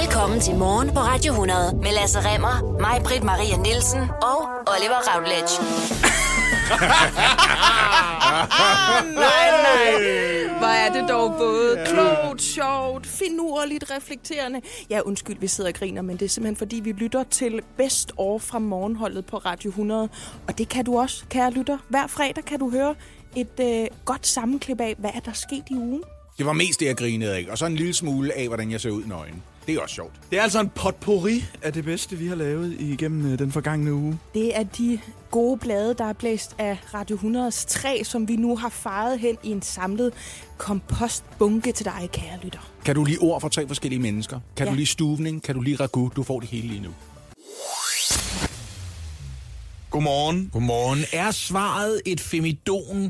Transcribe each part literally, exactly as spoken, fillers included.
Velkommen til Morgen på Radio hundrede med Lasse Remmer, mig, Britt Maria Nielsen og Oliver Routledge. nej, nej. Hvor er det dog både klogt, sjovt, finurligt, reflekterende. Ja, undskyld, vi sidder og griner, men det er simpelthen fordi, vi lytter til Best Of fra morgenholdet på Radio hundrede. Og det kan du også, kære lytter. Hver fredag kan du høre et øh, godt sammenklip af, hvad er der sket i ugen. Det var mest det, jeg grinede af, og så en lille smule af, hvordan jeg ser ud nøgen. Det er også sjovt. Det er altså en potpourri af det bedste, vi har lavet igennem øh, den forgangne uge. Det er de gode blade, der er blæst af Radio hundredes træ, som vi nu har faret hen i en samlet kompostbunke til dig, kære lytter. Kan du lide ord for tre forskellige mennesker? Kan Ja. du lide stuvning? Kan du lide ragu? Du får det hele lige nu. Godmorgen. Godmorgen. Er svaret et femidon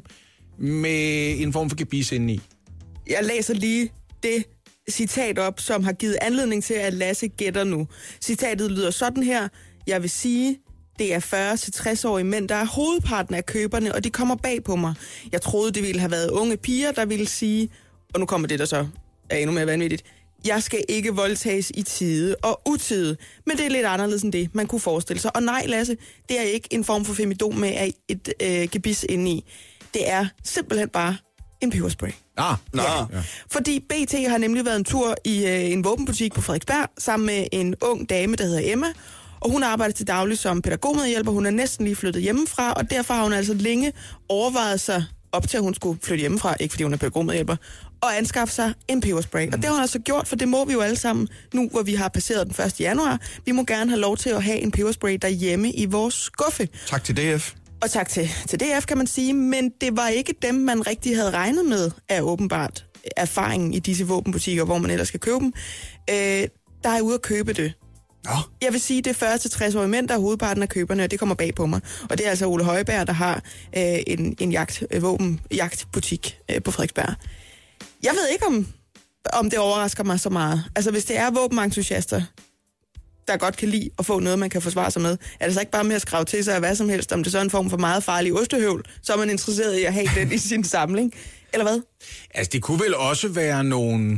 med en form for gebis indeni? Jeg læser lige det citat op, som har givet anledning til, at Lasse gætter nu. Citatet lyder sådan her. Jeg vil sige, det er fyrre til tres-årige mænd, der er hovedparten af køberne, og de kommer bag på mig. Jeg troede, det ville have været unge piger, der ville sige, og nu kommer det, der så er endnu mere vanvittigt, jeg skal ikke voldtages i tide og utide. Men det er lidt anderledes end det, man kunne forestille sig. Og nej, Lasse, det er ikke en form for femidon med et øh, gebis indeni. Det er simpelthen bare en peberspray. Ah, Nå. Ja. Ja. Fordi B T har nemlig været en tur i øh, en våbenbutik på Frederiksberg sammen med en ung dame, der hedder Emma. Og hun arbejder til daglig som pædagogmedhjælper. Hun er næsten lige flyttet hjemmefra, og derfor har hun altså længe overvejet sig op til, at hun skulle flytte hjemmefra, ikke fordi hun er pædagogmedhjælper, og anskaffe sig en peberspray. Mm. Og det har hun altså gjort, for det må vi jo alle sammen nu, hvor vi har passeret den første januar. Vi må gerne have lov til at have en peberspray derhjemme i vores skuffe. Tak til D F. Og tak til, til D F, kan man sige, men det var ikke dem, man rigtig havde regnet med, af åbenbart erfaringen i disse våbenbutikker, hvor man ellers skal købe dem, øh, der er ude at købe det. Nå. Jeg vil sige, det er fyrre til tres-årige mænd, der er hovedparten af køberne, og det kommer bag på mig. Og det er altså Ole Højberg, der har øh, en, en jagt, øh, våbenjagtbutik øh, på Frederiksberg. Jeg ved ikke, om, om det overrasker mig så meget. Altså, hvis det er våbenentusiaster, der godt kan lide at få noget, man kan forsvare sig med, er det så ikke bare med at skrave til sig af hvad som helst, om det så er en form for meget farlig ostehøvl, så er man interesseret i at have den i sin samling? Eller hvad? Altså, det kunne vel også være nogle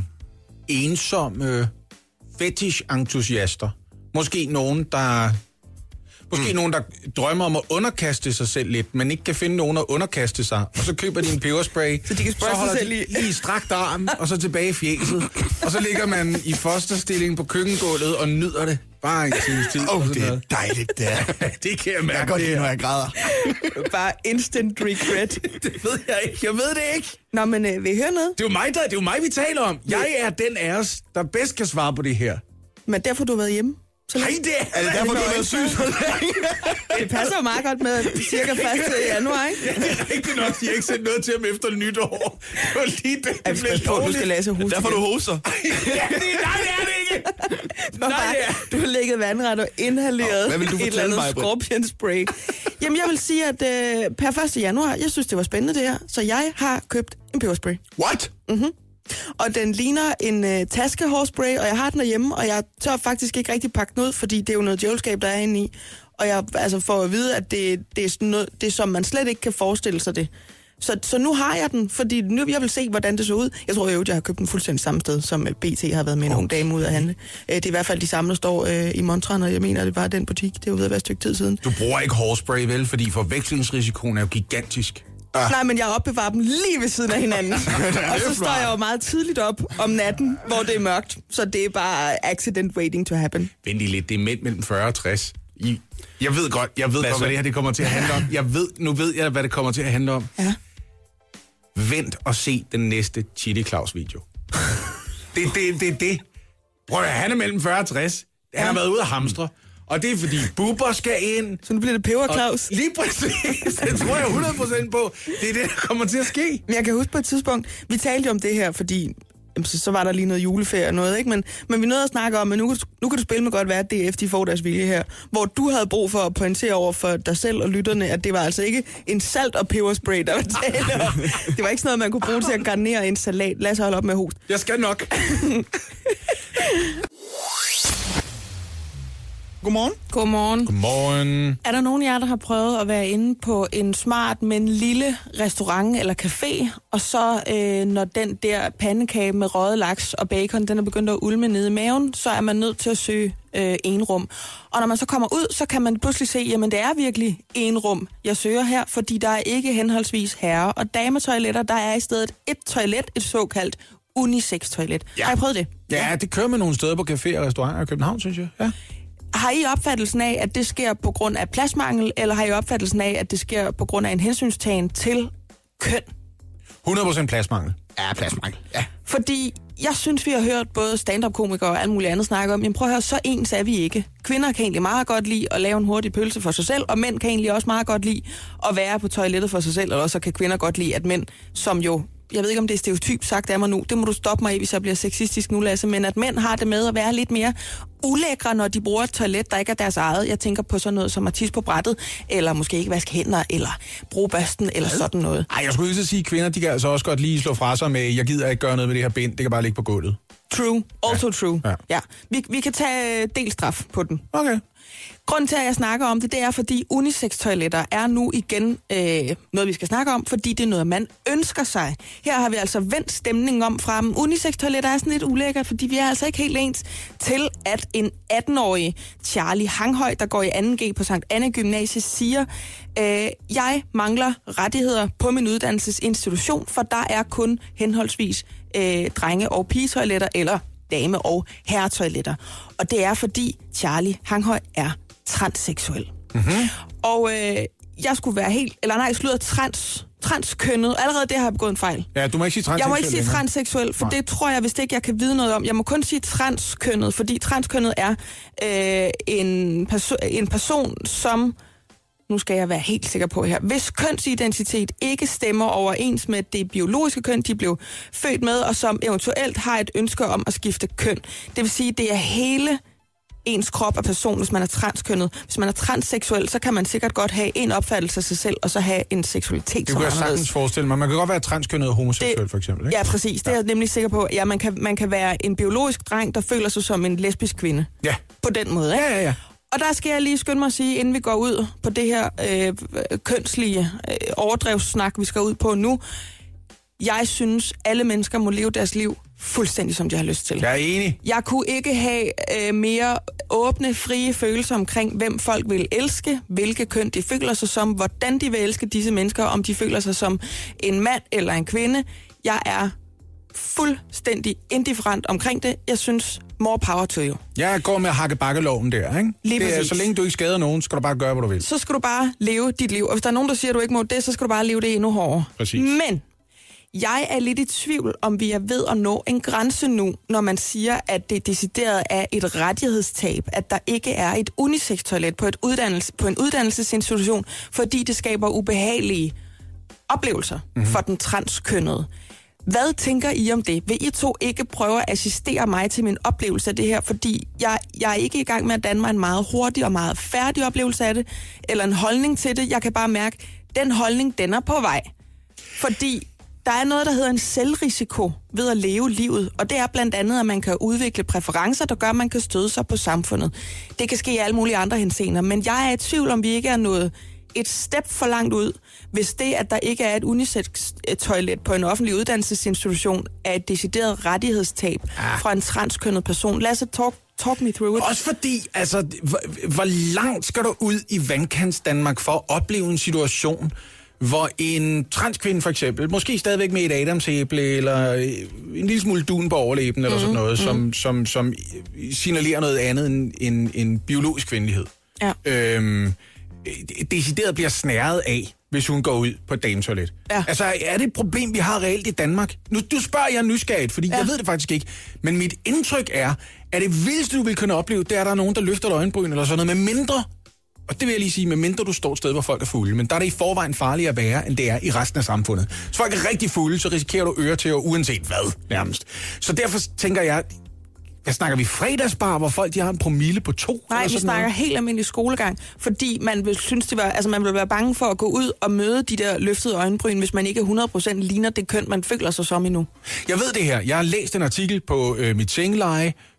ensomme fetish-entusiaster. Måske nogen, der... Måske mm. nogen, der drømmer om at underkaste sig selv lidt, men ikke kan finde nogen at underkaste sig. Og så køber de en peberspray. Så de kan sprøjte sig selv de i. lige strakt arm, og så tilbage i fjeset. Og så ligger man i fosterstilling på køkkengulvet og nyder det. Bare en times tid. Åh, og oh, sådan det er noget. dejligt, det er. Det kan jeg mærke. Jeg kan godt det lide, her. når jeg græder. Bare instant regret. Det ved jeg ikke. Jeg ved det ikke. Nå, men øh, vil I høre noget? Det er jo mig, der, det er jo mig vi taler om. Jeg er den af os, der bedst kan svare på det her. Men derfor du har været hjemme? Så Nej, det er... Er det derfor, du er noget syg så længe? det passer jo meget godt med cirka første januar, ikke? Det er rigtigt nok, de har ikke sendt noget til ham efter nytår. Det var lige det, Er det vi blev på, du skal Lasse hoste? Derfor du hoster. Ja, det er, nej, det er det ikke. Nå, Nej, det er... Du har ligget vandret og inhaleret Hvad vil du et eller fortælle andet mig, Britt? skorpionspray. Jamen, jeg vil sige, at øh, per første januar, jeg synes, det var spændende det her, så jeg har købt en peberspray. What? Mm-hmm. Og den ligner en øh, taskehårspray, og jeg har den derhjemme, og jeg tør faktisk ikke rigtig pakke den ud, fordi det er jo noget djævelskab, der er inde i. Og jeg altså får at vide, at det, det, er sådan noget, det er som man slet ikke kan forestille sig det. Så, så nu har jeg den, fordi nu jeg vil se, hvordan det så ud. Jeg tror jo, at jeg har købt den fuldstændig samme sted, som B T har været med en okay. ung dame ud at handle. Det er i hvert fald de samme, der står øh, i Montran, og jeg mener, det var den butik. Det er jo ved at være et stykke tid siden. Du bruger ikke hårspray, vel? Fordi forvekslingsrisikoen er jo gigantisk. Ah. Nej, men jeg opbevarer dem lige ved siden af hinanden. Og så står jeg jo meget tidligt op om natten, hvor det er mørkt. Så det er bare accident waiting to happen. Vent lige lidt, det er mænd mellem fyrre og tres. I, jeg ved godt, jeg ved godt, hvad det her det kommer til at handle om. Jeg ved, nu ved jeg, hvad det kommer til at handle om. Ja. Vent og se den næste Chili Claus video. Det er det, det, det. Prøv at han er mellem fyrre og tres. Han Ja. har været ude at hamstre. Og det er fordi Bubber skal ind. Så nu bliver det peber, Claus. Lige præcis. Det tror jeg hundrede procent på. Det er det, der kommer til at ske. Men jeg kan huske på et tidspunkt, vi talte jo om det her, fordi jamen, så, så var der lige noget juleferie og noget, ikke? Men, men vi nåede at snakke om, at nu, nu kan du spille med godt være, at D F de får deres vilje her. Hvor du havde brug for at pointere over for dig selv og lytterne, at det var altså ikke en salt- og peberspray, der var tale om. Det var ikke sådan noget, man kunne bruge til at garnere en salat. Lad os holde op med host. Jeg skal nok. Godmorgen. Godmorgen. Godmorgen. Er der nogen af jer, der har prøvet at være inde på en smart, men lille restaurant eller café, og så øh, når den der pandekage med røget laks og bacon, den er begyndt at ulme nede i maven, så er man nødt til at søge øh, enrum. Og når man så kommer ud, så kan man pludselig se, jamen det er virkelig enrum, jeg søger her, fordi der er ikke henholdsvis herre- og dametoiletter, der er i stedet et toilet, et såkaldt unisex-toilet. Ja. Har I prøvet det? Ja, det kører med nogle steder på caféer og restauranter i København, synes jeg. Ja. Har I opfattelsen af, at det sker på grund af pladsmangel, eller har I opfattelsen af, at det sker på grund af en hensynstagen til køn? hundrede procent pladsmangel. Ja, pladsmangel. Ja. Fordi jeg synes, vi har hørt både stand-up-komikere og alt muligt andet snakke om, jamen prøv at høre, så ens er vi ikke. Kvinder kan egentlig meget godt lide at lave en hurtig pølse for sig selv, og mænd kan egentlig også meget godt lide at være på toilettet for sig selv, eller så kan kvinder godt lide, at mænd, som jo, jeg ved ikke, om det er stereotyp sagt af mig nu, det må du stoppe mig i, hvis jeg bliver sexistisk nu, Lasse, men at mænd har det med at være lidt mere ulækre, når de bruger et toilet, der ikke er deres eget. Jeg tænker på sådan noget som at tisse på brættet, eller måske ikke vaske hænder, eller bruge børsten, eller sådan noget. Ej, jeg skulle ikke sige, at kvinder, de kan altså også godt lige slå fra sig med, jeg gider ikke gøre noget med det her bind, det kan bare ligge på gulvet. True. Also ja. true. Ja. Ja. Vi, vi kan tage delstraf på den. Okay. Grunden til, at jeg snakker om det, det er, fordi unisex-toiletter er nu igen øh, noget, vi skal snakke om, fordi det er noget, man ønsker sig. Her har vi altså vendt stemningen om fra dem. Unisex-toiletter er sådan lidt ulækkert, fordi vi er altså ikke helt ens til, at en atten-årig Charlie Hanghøj, der går i anden G på Sankt Anne Gymnasiet, siger, øh, jeg mangler rettigheder på min uddannelsesinstitution, for der er kun henholdsvis øh, drenge- og pigetoiletter, eller dame- og herretoiletter. Og det er, fordi Charlie Hanghøj er transseksuel. Mm-hmm. Og øh, jeg skulle være helt, eller nej, slutter trans, transkønnet. Allerede det har jeg begået en fejl. Ja, du må ikke sige transseksuel. Jeg må ikke sige længere. transseksuel, for nej. Det tror jeg vist ikke, jeg kan vide noget om. Jeg må kun sige transkønnet, fordi transkønnet er øh, en, perso- en person, som, nu skal jeg være helt sikker på her, hvis kønsidentitet ikke stemmer overens med det biologiske køn, de blev født med, og som eventuelt har et ønske om at skifte køn. Det vil sige, det er hele ens krop og person, hvis man er transkønnet. Hvis man er transseksuel, så kan man sikkert godt have en opfattelse af sig selv, og så have en seksualitet, det kunne jeg sagtens forestille mig. Man kan godt være transkønnet og homoseksuel, det, for eksempel. Ikke? Ja, præcis. Det er jeg nemlig sikker på. Ja, man kan, man kan være en biologisk dreng, der føler sig som en lesbisk kvinde. Ja. På den måde, ikke? Ja, ja, ja. Og der skal jeg lige skynde mig at sige, inden vi går ud på det her øh, kønslige øh, overdrevssnak, vi skal ud på nu. Jeg synes, alle mennesker må leve deres liv fuldstændig, som de har lyst til. Jeg er enig. Jeg kunne ikke have øh, mere åbne, frie følelser omkring, hvem folk vil elske, hvilke køn de føler sig som, hvordan de vil elske disse mennesker, om de føler sig som en mand eller en kvinde. Jeg er fuldstændig indifferent omkring det. Jeg synes, more power to you. Jeg går med at hakke bakkeloven der, ikke? Lige det er, præcis. så længe du ikke skader nogen, skal du bare gøre, hvad du vil. Så skal du bare leve dit liv. Og hvis der er nogen, der siger, at du ikke må det, så skal du bare leve det endnu hårdere. Præcis. Men jeg er lidt i tvivl, om vi er ved at nå en grænse nu, når man siger, at det decideret er et rettighedstab, at der ikke er et unisex-toilet på, et uddannelse, på en uddannelsesinstitution, fordi det skaber ubehagelige oplevelser mm-hmm. for den transkønnede. Hvad tænker I om det? Vil I to ikke prøve at assistere mig til min oplevelse af det her? Fordi jeg, jeg er ikke i gang med at danne mig en meget hurtig og meget færdig oplevelse af det, eller en holdning til det. Jeg kan bare mærke, at den holdning, den er på vej. Fordi der er noget, der hedder en selvrisiko ved at leve livet, og det er blandt andet, at man kan udvikle præferencer, der gør, at man kan støde sig på samfundet. Det kan ske i alle mulige andre henseender, men jeg er i tvivl, om vi ikke er nået et step for langt ud, hvis det, at der ikke er et unisex-toilet på en offentlig uddannelsesinstitution, er et decideret rettighedstab ah. fra en transkønnet person. Lad os talk, talk me through it. Også fordi, altså, hvor, hvor langt skal du ud i vandkants Danmark for at opleve en situation, hvor en transkvinde for eksempel, måske stadigvæk med et adamsæble, eller en lille smule dun på overlæben, eller mm, sådan noget, mm. som, som, som signalerer noget andet end, end, end biologisk kvindelighed. Ja. Øhm, decideret bliver snæret af, hvis hun går ud på et dametoilet. Ja. Altså, er det et problem, vi har reelt i Danmark? Nu du spørger jeg nysgerrigt, fordi ja. jeg ved det faktisk ikke. Men mit indtryk er, at det vildeste, du vil kunne opleve, det er, at der er nogen, der løfter øjenbryn eller sådan noget, med mindre, og det vil jeg lige sige, med mindre du står et sted, hvor folk er fulde, men der er det i forvejen farligere at være, end det er i resten af samfundet. Hvis folk er rigtig fulde, så risikerer du øre til, uanset hvad, nærmest. Så derfor tænker jeg, hvad snakker vi, fredagsbar, hvor folk de har en promille på to? Nej, vi snakker noget? Helt almindelig skolegang, fordi man vil synes, det var, altså man vil være bange for at gå ud og møde de der løftede øjenbryn, hvis man ikke hundrede procent ligner det køn, man føler sig som endnu. Jeg ved det her. Jeg har læst en artikel på øh, mit sengeleje,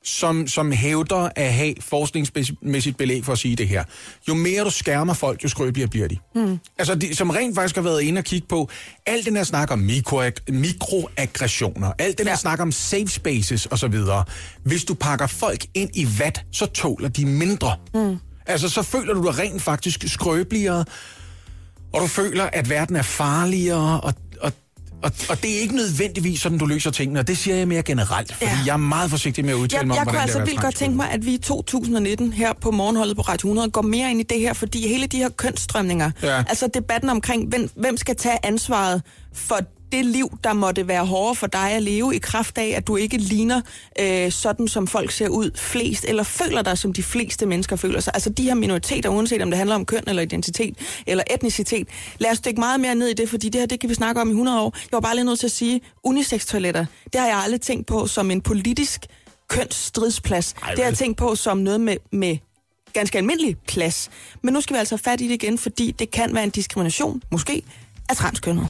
som, som hævder at have forskningsmæssigt belæg for at sige det her. Jo mere du skærmer folk, jo skrøbeligere bliver de. Mm. Altså, de, som rent faktisk har været inde og kigge på, alt den her snak om mikro- mikroaggressioner, alt den her ja. snak om safe spaces osv. Hvis du pakker folk ind i vat, så tåler de mindre. Mm. Altså, så føler du dig rent faktisk skrøbeligere, og du føler, at verden er farligere, og, og, og, og det er ikke nødvendigvis sådan, du løser tingene, og det siger jeg mere generelt, fordi ja. jeg er meget forsigtig med at udtale jeg, mig om, jeg hvordan det er. Jeg kunne altså vildt godt tænke mig, at vi i to tusind nitten her på Morgenholdet på Radio hundrede går mere ind i det her, fordi hele de her kønsstrømninger, ja. altså debatten omkring, hvem, hvem skal tage ansvaret for det liv, der måtte være hårdere for dig at leve i kraft af, at du ikke ligner øh, sådan, som folk ser ud flest, eller føler dig, som de fleste mennesker føler sig. Altså de her minoriteter, uanset om det handler om køn eller identitet eller etnicitet. Lad os dykke meget mere ned i det, fordi det her, det kan vi snakke om i hundrede år. Jeg var bare lige nødt til at sige, unisex-toiletter, det har jeg aldrig tænkt på som en politisk kønsstridsplads. Ej, det har jeg tænkt på som noget med, med ganske almindelig plads. Men nu skal vi altså have fat i det igen, fordi det kan være en diskrimination, måske, af transkønnet.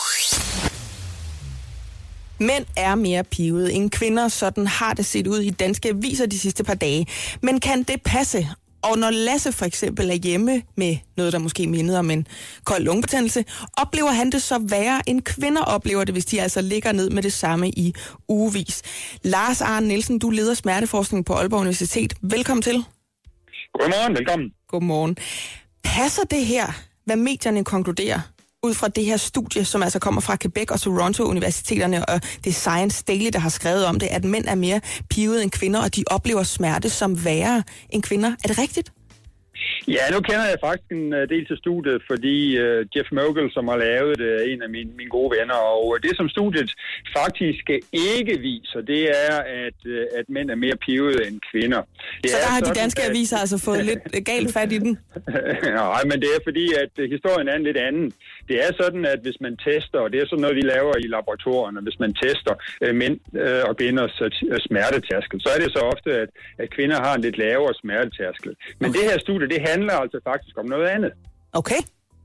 Mænd er mere pivede end kvinder, sådan har det set ud i danske aviser de sidste par dage. Men kan det passe? Og når Lasse for eksempel er hjemme med noget, der måske minder om en kold lungebetændelse, oplever han det så værre end kvinder oplever det, hvis de altså ligger ned med det samme i ugevis. Lars Arne Nielsen, du leder smerteforskning på Aalborg Universitet. Velkommen til. Godmorgen, velkommen. Godmorgen. Passer det her, hvad medierne konkluderer, ud fra det her studie, som altså kommer fra Quebec og Toronto Universiteterne, og det er Science Daily, der har skrevet om det, at mænd er mere pivede end kvinder, og de oplever smerte som værre end kvinder. Er det rigtigt? Ja, nu kender jeg faktisk en del til studiet, fordi uh, Jeff Mogul, som har lavet det, er en af mine, mine gode venner, og det som studiet faktisk ikke viser, det er, at, uh, at mænd er mere pivede end kvinder. Det Så der har sådan, de danske at... aviser altså fået lidt galt fat i den? Nej, men det er fordi, at historien er en lidt anden. Det er sådan, at hvis man tester, og det er sådan noget, vi laver i laboratorierne, hvis man tester uh, mænd uh, og kvinders uh, smertetærskel, så er det så ofte, at, at kvinder har en lidt lavere smertetærskel. Men okay. det her studie, det handler altså faktisk om noget andet. Okay.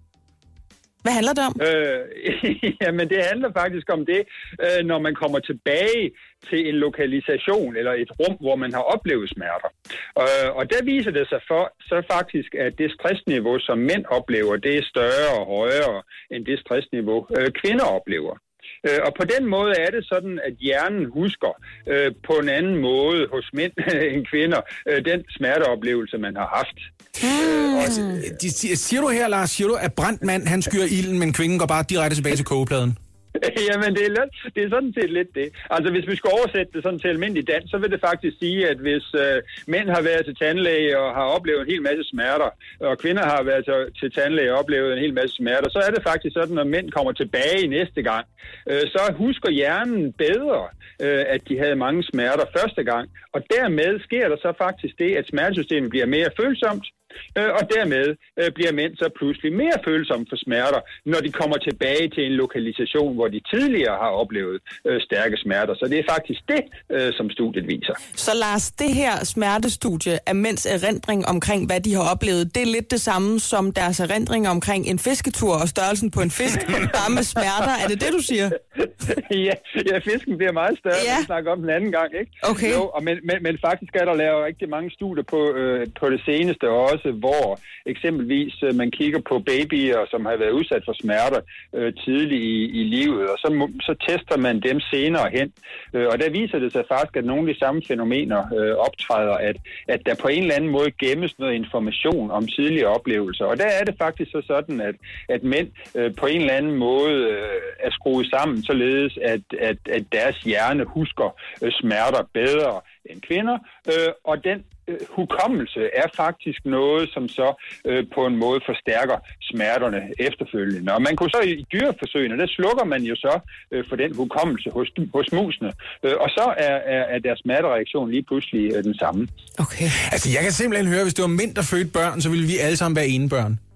Hvad handler det om? Øh, jamen, det handler faktisk om det, øh, når man kommer tilbage til en lokalisation eller et rum, hvor man har oplevet smerter. Øh, og der viser det sig for, så faktisk, at det stressniveau, som mænd oplever, det er større og højere end det stressniveau, øh, kvinder oplever. Øh, og på den måde er det sådan, at hjernen husker øh, på en anden måde hos mænd end kvinder øh, den smerteoplevelse, man har haft. Mm. Øh, og, siger du her, Lars, siger du, at brændt mand, han skyr ilden, men kvinden går bare direkte tilbage til kogepladen? Jamen, det er, lidt, det er sådan set lidt det. Altså, hvis vi skal oversætte det sådan til almindelig dans, så vil det faktisk sige, at hvis øh, mænd har været til tandlæge og har oplevet en hel masse smerter, og kvinder har været til, til tandlæge og oplevet en hel masse smerter, så er det faktisk sådan, at når mænd kommer tilbage næste gang, øh, så husker hjernen bedre, øh, at de havde mange smerter første gang. Og dermed sker der så faktisk det, at smertesystemet bliver mere følsomt, og dermed øh, bliver mænd så pludselig mere følsomme for smerter, når de kommer tilbage til en lokalisation, hvor de tidligere har oplevet øh, stærke smerter. Så det er faktisk det, øh, som studiet viser. Så Lars, det her smertestudie af mænds erindring omkring, hvad de har oplevet, det er lidt det samme som deres erindring omkring en fisketur og størrelsen på en fisk, bare med smerter. Er det det, du siger? ja, ja, fisken bliver meget større, ja. Når vi snakker om den anden gang, ikke? Okay. Jo, og men, men, men faktisk er der lavet rigtig mange studier på, øh, på det seneste også, hvor eksempelvis øh, man kigger på babyer, som har været udsat for smerter øh, tidligt i, i livet, og så, så tester man dem senere hen. Øh, og der viser det sig faktisk, at nogle af de samme fænomener øh, optræder, at, at der på en eller anden måde gemmes noget information om tidligere oplevelser. Og der er det faktisk så sådan, at, at mænd øh, på en eller anden måde øh, er skruet sammen, således at, at, at deres hjerne husker øh, smerter bedre end kvinder, øh, og den øh, hukommelse er faktisk noget, som så øh, på en måde forstærker smerterne efterfølgende. Og man kunne så i dyreforsøgene, der slukker man jo så øh, for den hukommelse hos, hos musene, øh, og så er, er, er deres smertereaktion lige pludselig øh, den samme. Okay. Altså, jeg kan simpelthen høre, hvis det var mænd, der fødte børn, så ville vi alle sammen være enebørn.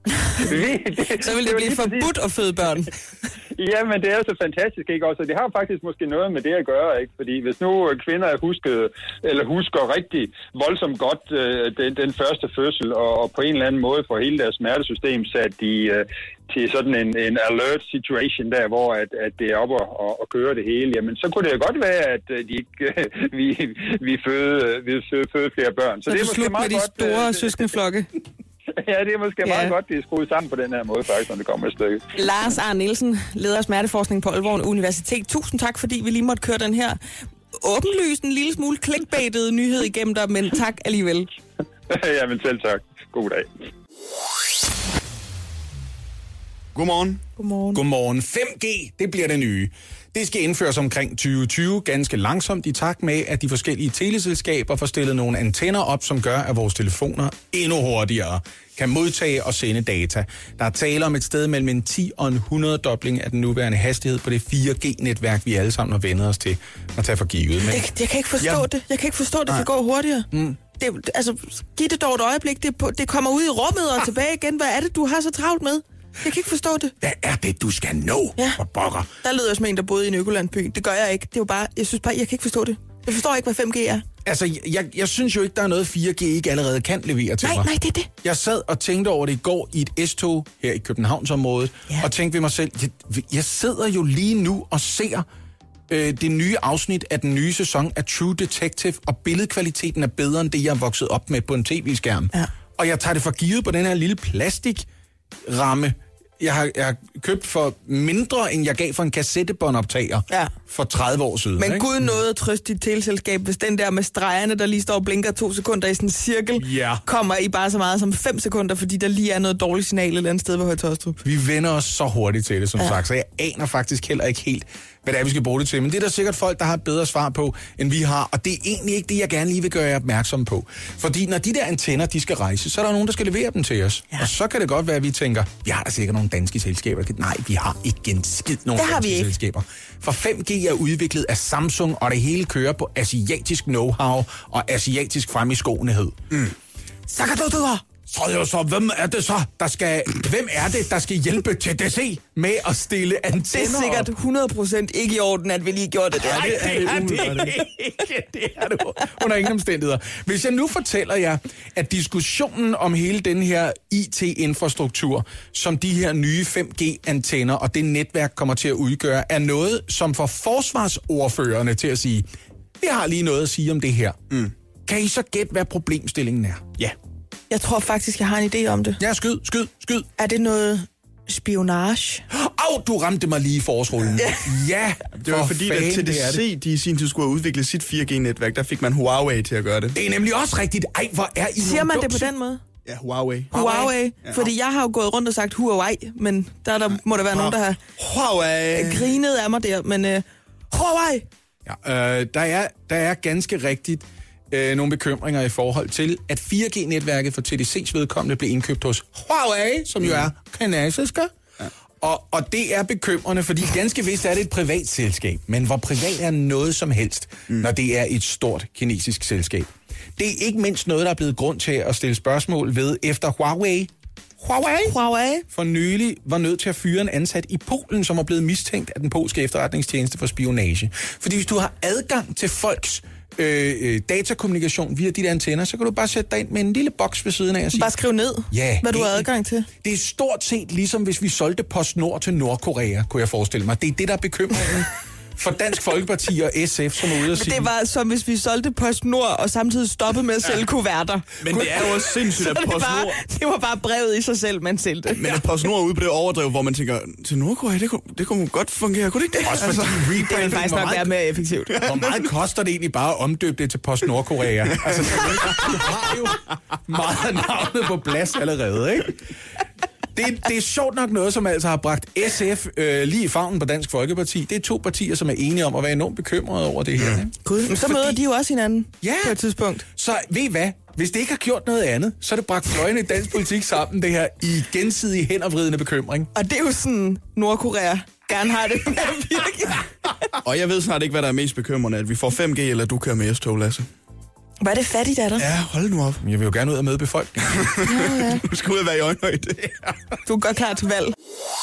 Så vil det blive forbudt at føde børn. Ja, men det er jo så fantastisk, ikke også? Det har faktisk måske noget med det at gøre, ikke? Fordi hvis nu kvinder er husket, eller husker rigtig voldsomt godt øh, den, den første fødsel, og, og på en eller anden måde får hele deres smertesystem sat de, øh, til sådan en, en alert situation der, hvor at, at det er op og, og, og køre det hele, jamen så kunne det jo godt være, at øh, de ikke, øh, vi, vi føde, vi føde, føde flere børn. Så, så det er måske meget med de godt, store øh, søskendeflokke. Ja, det er måske ja. meget godt, det er skruet sammen på den her måde, faktisk, når det kommer et stykke. Lars Arne Nielsen, leder af smerteforskning på Aalborg Universitet. Tusind tak, fordi vi lige måtte køre den her åbenlyst en lille smule clickbaited nyhed igennem dig, men tak alligevel. Jamen selv tak. God dag. Godmorgen. Godmorgen. Godmorgen. fem G, det bliver det nye. Det skal indføres omkring tyve tyve, ganske langsomt i takt med, at de forskellige teleselskaber får stillet nogle antenner op, som gør, at vores telefoner endnu hurtigere kan modtage og sende data. Der er tale om et sted mellem en ti og en hundrede-dobling af den nuværende hastighed på det fire G-netværk, vi alle sammen har vendet os til at tage for givet. Men... Det, jeg kan ikke forstå ja. det. Jeg kan ikke forstå, at det kan gå hurtigere. Mm. Det, altså, giv det dog et øjeblik. Det, på, det kommer ud i rummet og tilbage igen. Hvad er det, du har så travlt med? Jeg kan ikke forstå det. Hvad er det, du skal nå? Ja. For bokker. Der lyder jeg som en, der boede i en økolandby. Det gør jeg ikke. Det er jo bare, jeg synes bare, jeg kan ikke forstå det. Jeg forstår ikke, hvad fem G er. Altså, jeg, jeg synes jo ikke, der er noget fire G ikke allerede kan levere til nej, mig. Nej, det er det. Jeg sad og tænkte over det i går i et S-tog her i Københavnsområdet, ja. og tænkte ved mig selv, jeg, jeg sidder jo lige nu og ser øh, det nye afsnit af den nye sæson af True Detective, og billedkvaliteten er bedre end det, jeg er vokset op med på en tv-skærm. Ja. Og jeg tager det for givet på den her lille plastikramme, jeg har, jeg har købt for mindre, end jeg gav for en kassettebåndoptager ja. for tredive år siden. Men ikke? Gud nåede at trøste dit teleselskab, hvis den der med stregerne, der lige står og blinker to sekunder i sådan en cirkel, ja. kommer i bare så meget som fem sekunder, fordi der lige er noget dårligt signal et eller andet sted på Høje Taastrup. Vi vender os så hurtigt til det, som ja. sagt, så jeg aner faktisk heller ikke helt, hvad det er, vi skal bruge det til. Men det er der sikkert folk, der har et bedre svar på, end vi har. Og det er egentlig ikke det, jeg gerne lige vil gøre jer opmærksom på. Fordi når de der antenner, de skal rejse, så er der nogen, der skal levere dem til os. Ja. Og så kan det godt være, at vi tænker, vi har da sikkert nogle danske selskaber. Nej, vi har ikke en skid nogen danske selskaber. For fem G er udviklet af Samsung, og det hele kører på asiatisk know-how og asiatisk frem i skoenhed. Mm. Så kan du det her. Så er jo så, hvem er det så, der skal, hvem er det, der skal hjælpe T D C med at stille antenner? Det er sikkert hundrede procent ikke i orden, at vi lige gjorde det der. Nej, det er det, det, er det ikke. Det er det under ingen omstændigheder. Hvis jeg nu fortæller jer, at diskussionen om hele den her I T-infrastruktur, som de her nye fem G-antenner og det netværk kommer til at udgøre, er noget, som får forsvarsordførerne til at sige, vi har lige noget at sige om det her. Mm. Kan I så gætte, hvad problemstillingen er? Ja. Jeg tror faktisk, jeg har en idé om det. Ja, skyd, skyd, skyd. Er det noget spionage? Au, du ramte mig lige i forårsrullen. Ja, ja, det var fordi, at T D C, de i sin tid skulle have udviklet sit fire G-netværk, der fik man Huawei til at gøre det. Det er nemlig også rigtigt. Ej, hvor er I Siger man det på den måde? Ja, Huawei. Huawei. Ja. Fordi jeg har jo gået rundt og sagt Huawei, men der, der må der være nogen, der har Huawei. grinet af mig der. Men uh, Huawei! Ja, øh, der, er, der er ganske rigtigt øh, nogle bekymringer i forhold til, at fire G-netværket for T D C's vedkommende blev indkøbt hos Huawei, som jo er kanadiske. Ja. Og, og det er bekymrende, fordi ganske vist er det et privat selskab, men hvor privat er noget som helst, mm. når det er et stort kinesisk selskab. Det er ikke mindst noget, der er blevet grund til at stille spørgsmål ved, efter Huawei, Huawei, Huawei for nylig var nødt til at fyre en ansat i Polen, som var blevet mistænkt af den polske efterretningstjeneste for spionage. Fordi hvis du har adgang til folks øh, datakommunikation via de der antenner, så kan du bare sætte dig ind med en lille boks ved siden af og sige... Bare skrive ned, ja, hvad du har adgang til. Det er stort set ligesom, hvis vi solgte PostNord til Nordkorea, kunne jeg forestille mig. Det er det, der er bekymringen for Dansk Folkeparti og S F, som er ude at sige... Det var som hvis vi solgte PostNord og samtidig stoppede med at sælge kuverter. Men det er jo også sindssygt, at PostNord... Det, det var bare brevet i sig selv, man sælgte. Men at PostNord er ude på det overdrev, hvor man tænker, til Nordkorea, det kunne, det kunne godt fungere, kunne det ikke det? Også fordi altså, det vil faktisk nok være mere effektivt. Hvor meget koster det egentlig bare at omdøbe det til Post Nordkorea? Altså, du har jo meget af navnet på plads allerede, ikke? Det, det er sjovt nok noget, som altså har bragt S F øh, lige i favnen på Dansk Folkeparti. Det er to partier, som er enige om at være enormt bekymrede over det her. Mm. Gud, men så Fordi, møder de jo også hinanden ja, på et tidspunkt. Så ved I hvad? Hvis det ikke har gjort noget andet, så er det bragt fløjene i dansk politik sammen, det her i gensidig hændervridende bekymring. Og det er jo sådan, Nordkorea gerne har det med at virke. Og jeg ved snart ikke, hvad der er mest bekymrende, at vi får fem G, eller du kører med S-tog, Lasse. Var det fattigt af dig? Ja, hold nu op. Jeg vil jo gerne ud og møde befolkningen. Ja, ja. Du skal ud og være i øjenhøjde. Du er godt klar til valg.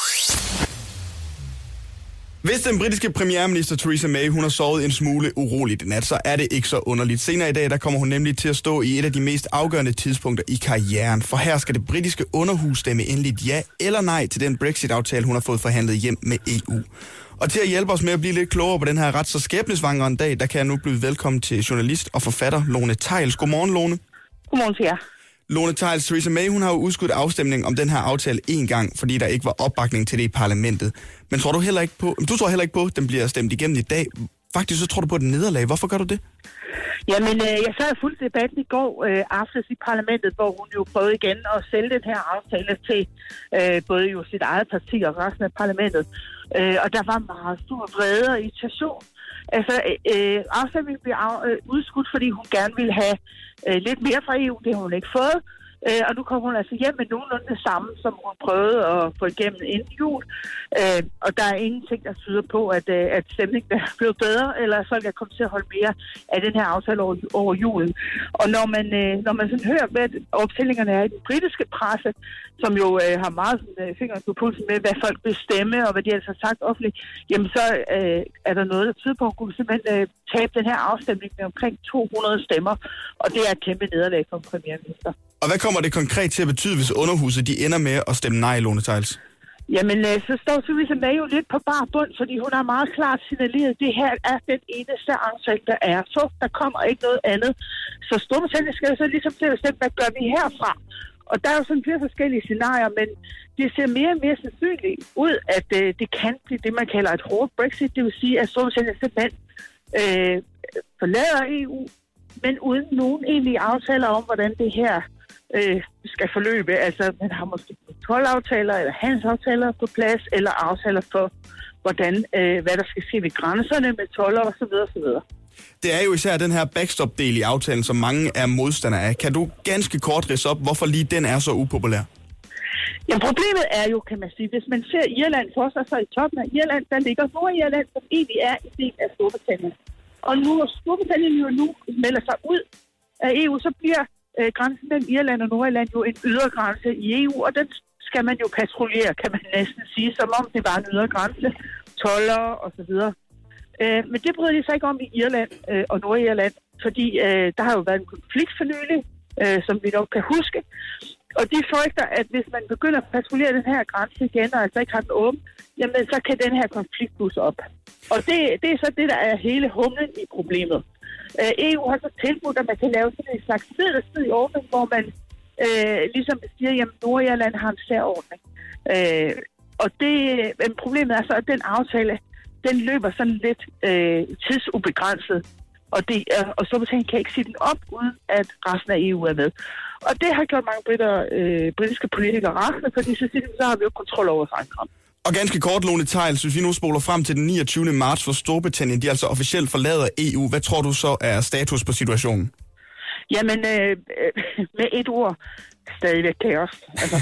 Hvis den britiske premierminister Theresa May, hun har sovet en smule uroligt i nat, så er det ikke så underligt. Senere i dag, der kommer hun nemlig til at stå i et af de mest afgørende tidspunkter i karrieren. For her skal det britiske underhus stemme endeligt ja eller nej til den Brexit-aftale, hun har fået forhandlet hjem med E U. Og til at hjælpe os med at blive lidt klogere på den her ret så skæbnesvangre en dag, der kan jeg nu blive velkommen til journalist og forfatter Lone Theils. Godmorgen, Lone. Godmorgen til jer. Lone Theils, Theresa May, hun har jo udskudt afstemningen om den her aftale én gang, fordi der ikke var opbakning til det i parlamentet. Men tror du heller ikke på, du tror heller ikke på, at den bliver stemt igennem i dag. Faktisk så tror du på et nederlag. Hvorfor gør du det? Jamen, øh, jeg sad og fulgte debatten i går øh, aftes i parlamentet, hvor hun jo prøvede igen at sælge den her aftale til øh, både jo sit eget parti og resten af parlamentet. Øh, og der var meget stor vrede og irritation. Altså, øh, afstemningen blev af, øh, udskudt, fordi hun gerne ville have øh, lidt mere fra E U. Det har hun ikke fået. Øh, og nu kommer hun altså hjem med nogenlunde det samme, som hun prøvede at få igennem inden jul. Øh, og der er ingenting, der tyder på, at, øh, at stemningen er blevet bedre, eller at folk er kommet til at holde mere af den her aftale over, over julen. Og når man, øh, når man sådan hører, hvad optællingerne er i den britiske presse, som jo øh, har meget sådan, øh, fingeren på pulsen med, hvad folk vil stemme, og hvad de altså har sagt offentligt, jamen så øh, er der noget, der tyder på, at hun kunne simpelthen øh, tabe den her afstemning med omkring to hundrede stemmer. Og det er et kæmpe nederlag for en premierminister. Og hvad kommer det konkret til at betyde, hvis underhuset de ender med at stemme nej, Lone Theils? Jamen, øh, så står Theresa May jo lidt på bar bund, fordi hun har meget klart signaleret, at det her er den eneste aftale, der er. Så der kommer ikke noget andet. Så Storbritannien skal jo så ligesom til at bestemme, hvad gør vi herfra? Og der er jo sådan flere forskellige scenarier, men det ser mere og mere sandsynligt ud, at øh, det kan blive det, man kalder et hårdt Brexit. Det vil sige, at Storbritannien simpelthen øh, forlader E U, men uden nogen egentlige aftaler om, hvordan det her øh, skal forløbe. Altså, man har måske toldaftaler eller handelsaftaler på plads, eller aftaler for, hvordan, øh, hvad der skal ske ved grænserne med toller osv. osv. Det er jo især den her backstop-del i aftalen, som mange er modstandere af. Kan du ganske kort ridse op, hvorfor lige den er så upopulær? Jamen, problemet er jo, kan man sige, hvis man ser Irland fortsat sig i toppen af Irland, der ligger Nordirland, som egentlig er en del af Storbritannien. Og nu, når Storbritannien jo nu melder sig ud af E U, så bliver øh, grænsen mellem Irland og Nordirland jo en ydre grænse i E U, og den skal man jo patruljere, kan man næsten sige, som om det var en ydre grænse, toller og så videre. Øh, men det bryder de sig ikke om i Irland øh, og Nordirland, fordi øh, der har jo været en konflikt for nylig, øh, som vi nok kan huske. Og de frygter, at hvis man begynder at patruljere den her grænse igen, og altså ikke har den åben, jamen så kan den her konflikt blusse op. Og det, det er så det, der er hele humlen i problemet. Øh, E U har så tilbudt, at man kan lave sådan en slags midlertidig ordning, hvor man øh, ligesom siger, at Nordirland har en særordning. Øh, og det, men problemet er så, at den aftale, den løber sådan lidt øh, tidsubegrænset. Og, det, og Storbritannien kan ikke sige den op, uden at resten af E U er med. Og det har gjort mange britter, øh, britiske politikere rasende, fordi så, så har vi jo kontrol over vores egen kram. Og ganske kort, Lone Theils, hvis vi nu spoler frem til den niogtyvende marts, hvor Storbritannien de altså officielt forlader E U, hvad tror du så er status på situationen? Jamen, øh, med et ord, stadigvæk kaos. Altså,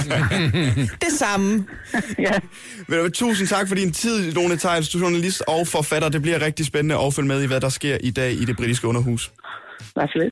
det samme. Ja. Vel, tusind tak for din tid, Lone Theils, du er journalist og forfatter. Det bliver rigtig spændende at følge med i, hvad der sker i dag i det britiske underhus. Absolut.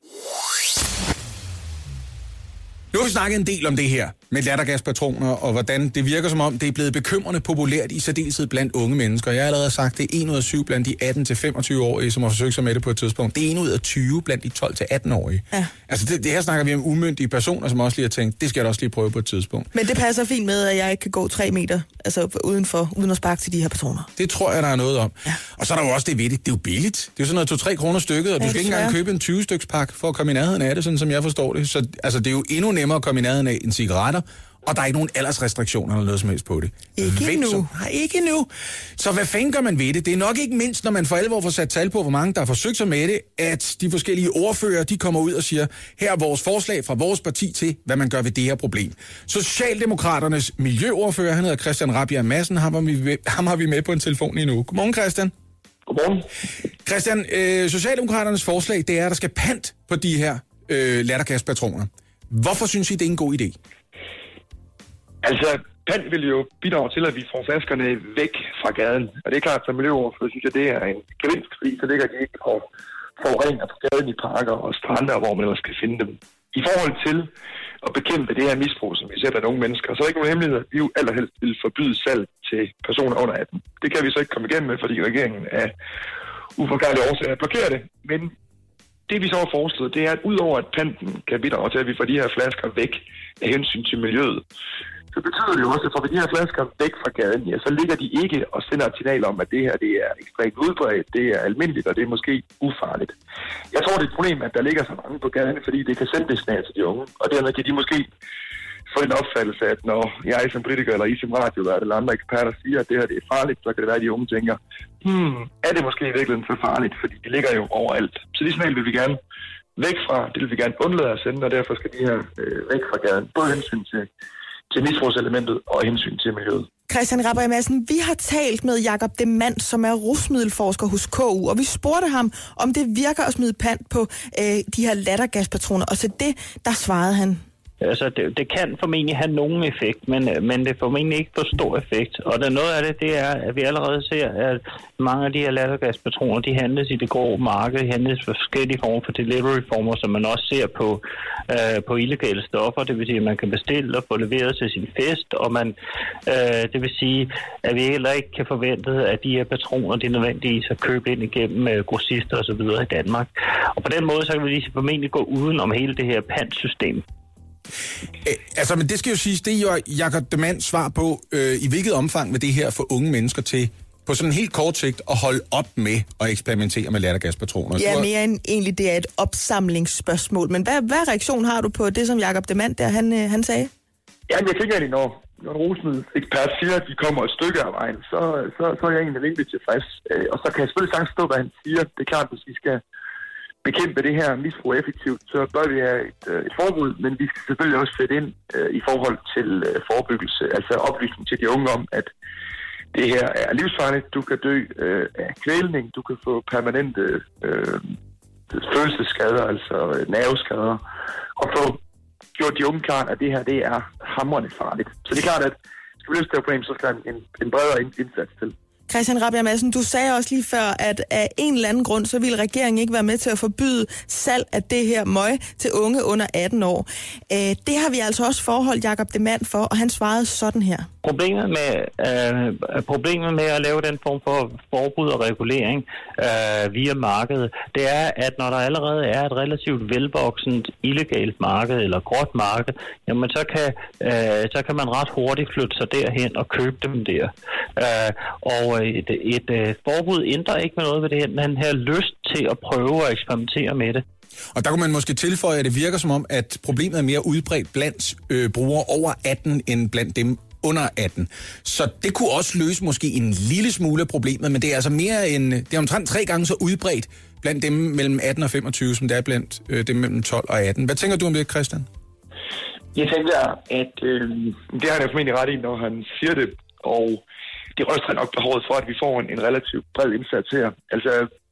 Nu har vi snakket en del om det her med lattergaspatroner, og hvordan det virker som om, det er blevet bekymrende populært i særdeleshed blandt unge mennesker. Jeg har allerede sagt, det er en ud af syv blandt de atten til femogtyve-årige, som har forsøgt sig med det på et tidspunkt. Det er en ud af tyve blandt de tolv til atten-årige. Ja. Altså det, det her snakker vi om umyndige personer, som også lige har tænkt, det skal jeg da også lige prøve på et tidspunkt. Men det passer fint med, at jeg ikke kan gå tre meter altså udenfor, uden at sparke til de her patroner. Det tror jeg, der er noget om. Ja. Og så er der jo også det ved det. Det er jo billigt. Det er jo sådan noget to-tre kroner stykket, og ja, du skal ikke engang købe en tyve-styks pakke for at komme i nærheden af det, sådan som jeg forstår det. Så altså, det er jo endnu nemmere at komme i nærheden af en cigaretter, og der er ikke nogen aldersrestriktioner eller noget som helst på det. Ikke endnu. Nej, ikke endnu. Så hvad fanden gør man ved det? Det er nok ikke mindst, når man for alvor får sat tal på, hvor mange der har forsøgt sig med det, at de forskellige ordfører, de kommer ud og siger, her er vores forslag fra vores parti til, hvad man gør ved det her problem. Socialdemokraternes miljøordfører, han hedder Christian Rabjerg Madsen, ham har vi, ham har vi med på en telefon lige nu. Godmorgen, Christian. Godmorgen. Christian, øh, Socialdemokraternes forslag, det er, at der skal pant på de her øh, lattergaspatroner. Hvorfor synes I, det er en god idé? Altså, pant vil jo bidrage til, at vi får flaskerne væk fra gaden. Og det er klart, som miljøordfører synes jeg, det er en gevinst, fordi så ligger de ikke på, forurener på gaden i parker og strander, hvor man ellers skal finde dem. I forhold til at bekæmpe det her misbrug, som vi ser blandt unge mennesker, så er der ikke nogen hemmelighed, at vi jo allerhelst vil forbyde salg til personer under atten. Det kan vi så ikke komme igennem med, fordi regeringen er uforklarlige årsager at blokere det. Men det vi så har foreslået, det er, at udover at panten kan bidrage til, at vi får de her flasker væk af hensyn til miljøet, så betyder det jo også, at får vi de her flasker væk fra gaden, ja, så ligger de ikke og sender et signal om, at det her det er ekstremt udbredt, det er almindeligt, og det er måske ufarligt. Jeg tror, det er et problem, at der ligger så mange på gaden, fordi det kan sende det signal til de unge, og dermed kan de måske få en opfattelse af, at når jeg som politiker eller I som radio eller andre eksperter siger, at det her det er farligt, så kan det være, at de unge tænker, hmm, er det måske i virkeligheden så farligt, fordi det ligger jo overalt. Så de signal vil vi gerne væk fra, det vil vi gerne undlade at sende, og derfor skal de her øh, væk fra gaden, både hensyn til til misbrugselementet og hensyn til miljøet. Christian Rabjerg Madsen, vi har talt med Jakob Demand, som er rusmiddelforsker hos K U, og vi spurgte ham, om det virker at smide pant på øh, de her lattergaspatroner, og til det, der svarede han. Altså, det, det kan formentlig have nogen effekt, men, men det formentlig ikke for stor effekt. Og der noget af det, det er, at vi allerede ser, at mange af de her lattergaspatroner, de handles i det grå marked, de handles for forskellige former for delivery-former, som man også ser på, øh, på illegale stoffer. Det vil sige, at man kan bestille og få leveret til sin fest, og man, øh, det vil sige, at vi heller ikke kan forvente, at de her patroner, de nødvendigvis har købt ind igennem øh, grossister og så videre i Danmark. Og på den måde, så kan vi lige formentlig gå uden om hele det her pantsystem. Æ, altså, men det skal jo siges, det er jo Jakob Demands svar på, øh, i hvilket omfang vil det her få unge mennesker til, på sådan en helt kort sigt, at holde op med at eksperimentere med lattergaspatroner. Ja, mere end egentlig det er et opsamlingsspørgsmål. Men hvad, hvad reaktion har du på det, som Jakob Demand der, han, øh, han sagde? Jamen, jeg tænker egentlig, når, når en rusmiddelekspert siger, at vi kommer et stykke af vejen, så, så, så er jeg egentlig rimelig tilfreds. Og så kan jeg selvfølgelig sagtens stå, hvad han siger. Det er klart, hvis vi skal bekæmpe det her misbrug effektivt, så bør vi have et, et forbud, men vi skal selvfølgelig også sætte ind øh, i forhold til øh, forebyggelse, altså oplysning til de unge om, at det her er livsfarligt. Du kan dø øh, af kvælning, du kan få permanente øh, følelsesskader, altså øh, nerveskader, og få gjort de unge klart, at det her det er hamrende farligt. Så det er klart, at skal vi løse det her problem, så skal en, en bredere indsats til. Christian Rabjerg Madsen, du sagde også lige før, at af en eller anden grund, så ville regeringen ikke være med til at forbyde salg af det her møg til unge under atten år. Det har vi altså også forholdt Jakob Demand for, og han svarede sådan her. Problemet med, øh, problemet med at lave den form for forbud og regulering øh, via markedet, det er, at når der allerede er et relativt velvoksent illegalt marked eller gråt marked, jamen så kan, øh, så kan man ret hurtigt flytte sig derhen og købe dem der. Øh, og et, et, et forbud ændrer ikke med noget ved det her, men her lyst til at prøve at eksperimentere med det. Og der kunne man måske tilføje, at det virker som om, at problemet er mere udbredt blandt øh, brugere over atten end blandt dem under atten. Så det kunne også løse måske en lille smule af problemet, men det er altså mere end, det er omtrent tre gange så udbredt blandt dem mellem atten og femogtyve, som det er blandt øh, dem mellem tolv og atten. Hvad tænker du om det, Christian? Jeg tænker, at øh, det har han jo formentlig ret i, når han siger det, og det ryster nok behovet for, at vi får en, en relativt bred indsats her. Altså,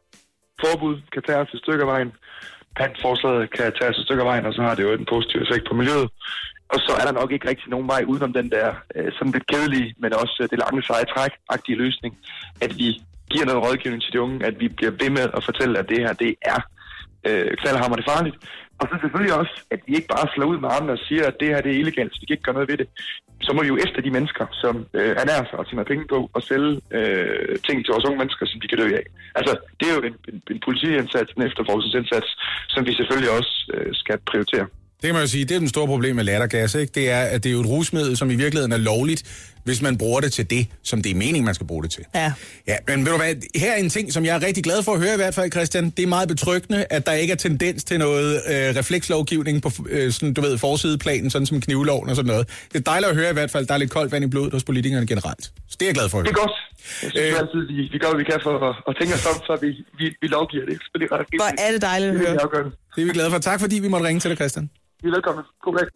forbud kan tage os et stykke af vejen, pantforslaget kan tage os et stykke af vejen, og så har det jo en positiv effekt på miljøet. Og så er der nok ikke rigtig nogen vej udenom den der øh, sådan lidt kedelige, men også øh, det lange seje træk-agtige løsning, at vi giver noget rådgivning til de unge, at vi bliver ved med at fortælle, at det her, det er øh, knaldhamrende farligt. Og så selvfølgelig også, at vi ikke bare slår ud med armene og siger, at det her, det er illegalt, så vi kan ikke gøre noget ved det. Så må vi jo efter de mennesker, som øh, ernærer sig og tjener penge på at sælge øh, ting til vores unge mennesker, som de kan dø af. Altså, det er jo en, en, en politiindsats, en efterforskningsindsats, som vi selvfølgelig også øh, skal prioritere. Det kan man jo sige, det er den store problem med lattergas, ikke? Det er, at det er jo et rusmiddel, som i virkeligheden er lovligt, hvis man bruger det til det, som det er meningen, man skal bruge det til. Ja. Ja, men ved du hvad, her er en ting, som jeg er rigtig glad for at høre i hvert fald, Christian. Det er meget betryggende, at der ikke er tendens til noget øh, reflekslovgivning på øh, sådan, du ved, forsideplanen, sådan som knivloven og sådan noget. Det er dejligt at høre i hvert fald, at der er lidt koldt vand i blodet hos politikerne generelt. Så det er jeg glad for at høre. Det er godt. Jeg synes øh, altid, vi, vi gør, hvad vi kan for at, at tænke os om, så vi, vi, vi lovgiver det. Så det er ret, hvor er det dejligt at høre. Det er vi glade for. Tak fordi vi måtte ringe til dig, Christian. I er velkommen. God dag.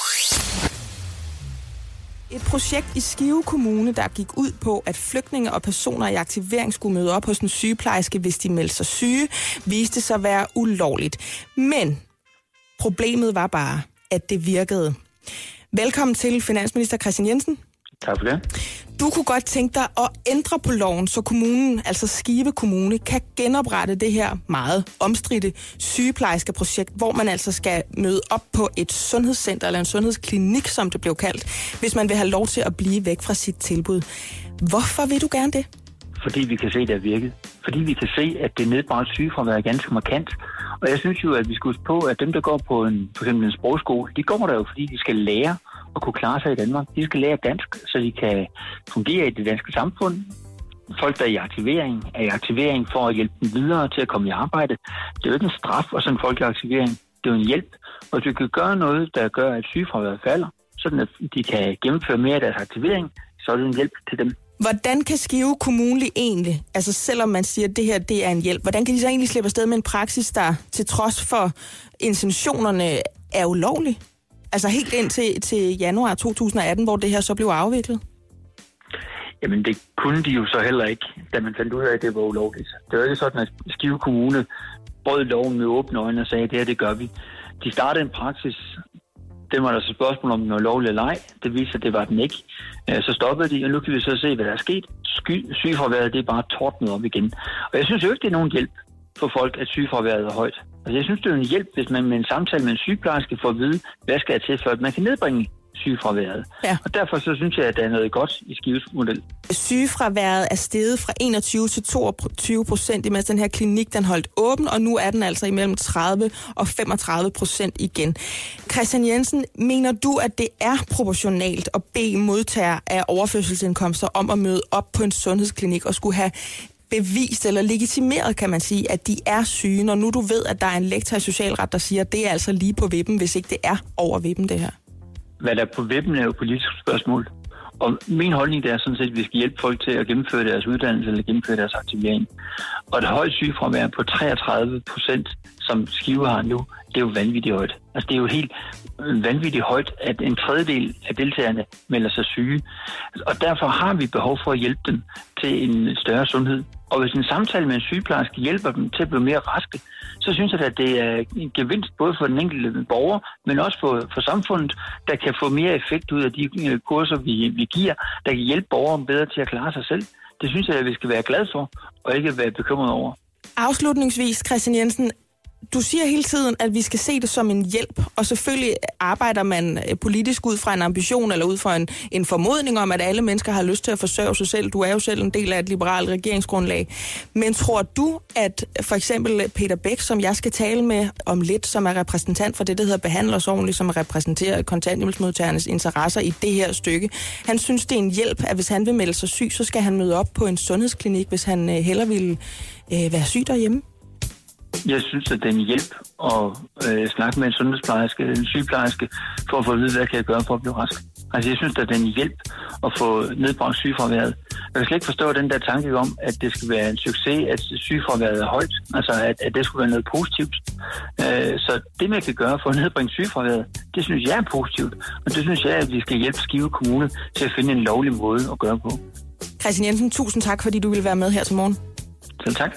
Et projekt i Skive Kommune, der gik ud på, at flygtninge og personer i aktivering skulle møde op hos en sygeplejerske, hvis de meldte sig syge, viste sig at være ulovligt. Men problemet var bare, at det virkede. Velkommen til finansminister Kristian Jensen. Tak for det. Du kunne godt tænke dig at ændre på loven, så kommunen, altså Skive Kommune, kan genoprette det her meget omstridte sygeplejerskeprojekt, hvor man altså skal møde op på et sundhedscenter eller en sundhedsklinik, som det blev kaldt, hvis man vil have lov til at blive væk fra sit tilbud. Hvorfor vil du gerne det? Fordi vi kan se, at det er virket. Fordi vi kan se, at det nedbragt sygefravær er ganske markant. Og jeg synes jo, at vi skal huske på, at dem, der går på en, for eksempel en sprogskole, de går der jo, fordi de skal lære at kunne klare sig i Danmark. De skal lære dansk, så de kan fungere i det danske samfund. Folk, der er i aktivering, er i aktivering for at hjælpe dem videre til at komme i arbejde. Det er jo ikke en straf og sådan en folk i aktivering. Det er jo en hjælp. Og hvis vi kan gøre noget, der gør, at sygefraværet falder, sådan at de kan gennemføre mere af deres aktivering, så er det en hjælp til dem. Hvordan kan Skive Kommune egentlig, altså selvom man siger, at det her det er en hjælp, hvordan kan de så egentlig slippe afsted med en praksis, der til trods for intentionerne er ulovlig? Altså helt ind til, til januar to tusind og atten, hvor det her så blev afviklet? Jamen det kunne de jo så heller ikke, da man fandt ud af, at det var ulovligt. Det var ikke sådan, at Skive Kommune brød loven med åbne øjne og sagde, at det her, det gør vi. De startede en praksis. Det var der så spørgsmål om, den var lovlig eller ej. Det viser, at det var den ikke. Så stoppede de, og nu kan vi så se, hvad der er sket. Sky- sygefraværet, det er bare tordnet op igen. Og jeg synes jo ikke, det er nogen hjælp for folk, at sygefraværet er højt. Altså, jeg synes, det er en hjælp, hvis man med en samtale med en sygeplejerske får at vide, hvad skal jeg til, for at man kan nedbringe sygefraværet. Ja. Og derfor så synes jeg, at der er noget godt i Skives model. Sygefraværet er steget fra enogtyve til toogtyve procent, imens den her klinik den holdt åben, og nu er den altså imellem tredive og femogtredive procent igen. Christian Jensen, mener du, at det er proportionalt at bede modtagere af overførselsindkomster om at møde op på en sundhedsklinik og skulle have bevist eller legitimeret, kan man sige, at de er syge, når nu du ved, at der er en lektor i socialret, der siger, at det er altså lige på vippen, hvis ikke det er over vippen, det her? Hvad der er på vippen er jo politiske spørgsmål. Og min holdning er sådan set, at vi skal hjælpe folk til at gennemføre deres uddannelse eller gennemføre deres aktivering. Og et højt sygefravær på treogtredive procent, som Skive har nu, det er jo vanvittigt højt. Altså det er jo helt vanvittigt højt, at en tredjedel af deltagerne melder sig syge. Og derfor har vi behov for at hjælpe dem til en større sundhed. Og hvis en samtale med en sygeplejerske hjælper dem til at blive mere raske, så synes jeg, at det er en gevinst både for den enkelte borger, men også for, for samfundet, der kan få mere effekt ud af de kurser, vi, vi giver, der kan hjælpe borgeren bedre til at klare sig selv. Det synes jeg, at vi skal være glade for, og ikke være bekymret over. Afslutningsvis, Christian Jensen, du siger hele tiden, at vi skal se det som en hjælp, og selvfølgelig arbejder man politisk ud fra en ambition eller ud fra en, en formodning om, at alle mennesker har lyst til at forsørge sig selv. Du er jo selv en del af et liberalt regeringsgrundlag. Men tror du, at for eksempel Peter Bæk, som jeg skal tale med om lidt, som er repræsentant for det, der hedder Behandler os ordentligt, som repræsenterer kontanthjælpsmodtagernes interesser i det her stykke, han synes, det er en hjælp, at hvis han vil melde sig syg, så skal han møde op på en sundhedsklinik, hvis han hellere vil øh, være syg derhjemme? Jeg synes, at det er en hjælp at øh, snakke med en sundhedsplejerske, en sygeplejerske, for at få at vide, hvad jeg kan gøre for at blive rask. Altså, jeg synes, at det er en hjælp at få nedbragt sygefraværet. Jeg kan slet ikke forstå den der tanke om, at det skal være en succes, at sygefraværet er højt. Altså, at, at det skulle være noget positivt. Øh, så det, man kan gøre for at nedbringe sygefraværet, det synes jeg er positivt. Og det synes jeg, at vi skal hjælpe Skive Kommune til at finde en lovlig måde at gøre på. Christian Jensen, tusind tak, fordi du ville være med her til morgen. Selv tak.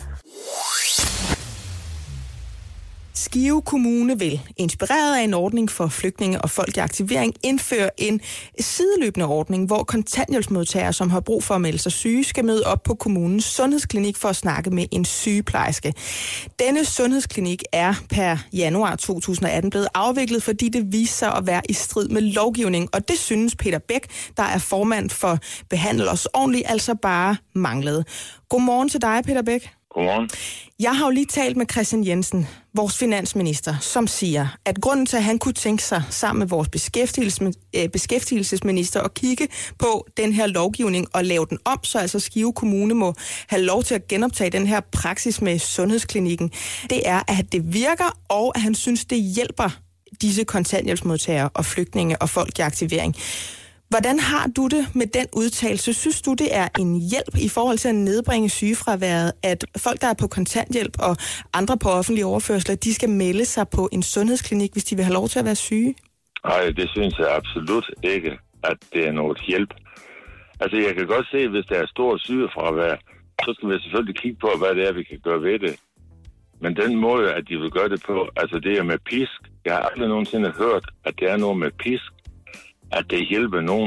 Skive Kommune vil, inspireret af en ordning for flygtninge og folk i aktivering, indføre en sideløbende ordning, hvor kontanthjælpsmodtagere, som har brug for at melde sig syge, skal møde op på kommunens sundhedsklinik for at snakke med en sygeplejerske. Denne sundhedsklinik er per januar to tusind og atten blevet afviklet, fordi det viser sig at være i strid med lovgivning, og det synes Peter Bæk, der er formand for Behandler os ordentligt, altså bare manglede. Godmorgen til dig, Peter Bæk. Godmorgen. Jeg har jo lige talt med Christian Jensen, vores finansminister, som siger, at grunden til, at han kunne tænke sig sammen med vores beskæftigelsesminister at kigge på den her lovgivning og lave den om, så altså Skive Kommune må have lov til at genoptage den her praksis med sundhedsklinikken, det er, at det virker, og at han synes, det hjælper disse kontanthjælpsmodtagere og flygtninge og folk i aktivering. Hvordan har du det med den udtalelse? Synes du, det er en hjælp i forhold til at nedbringe sygefraværet, at folk, der er på kontanthjælp og andre på offentlige overførsler, de skal melde sig på en sundhedsklinik, hvis de vil have lov til at være syge? Nej, det synes jeg absolut ikke, at det er noget hjælp. Altså, jeg kan godt se, hvis der er stor sygefravær, så skal vi selvfølgelig kigge på, hvad det er, vi kan gøre ved det. Men den måde, at de vil gøre det på, altså det er med pisk. Jeg har aldrig nogensinde hørt, at det er noget med pisk, at det hjælper nogen.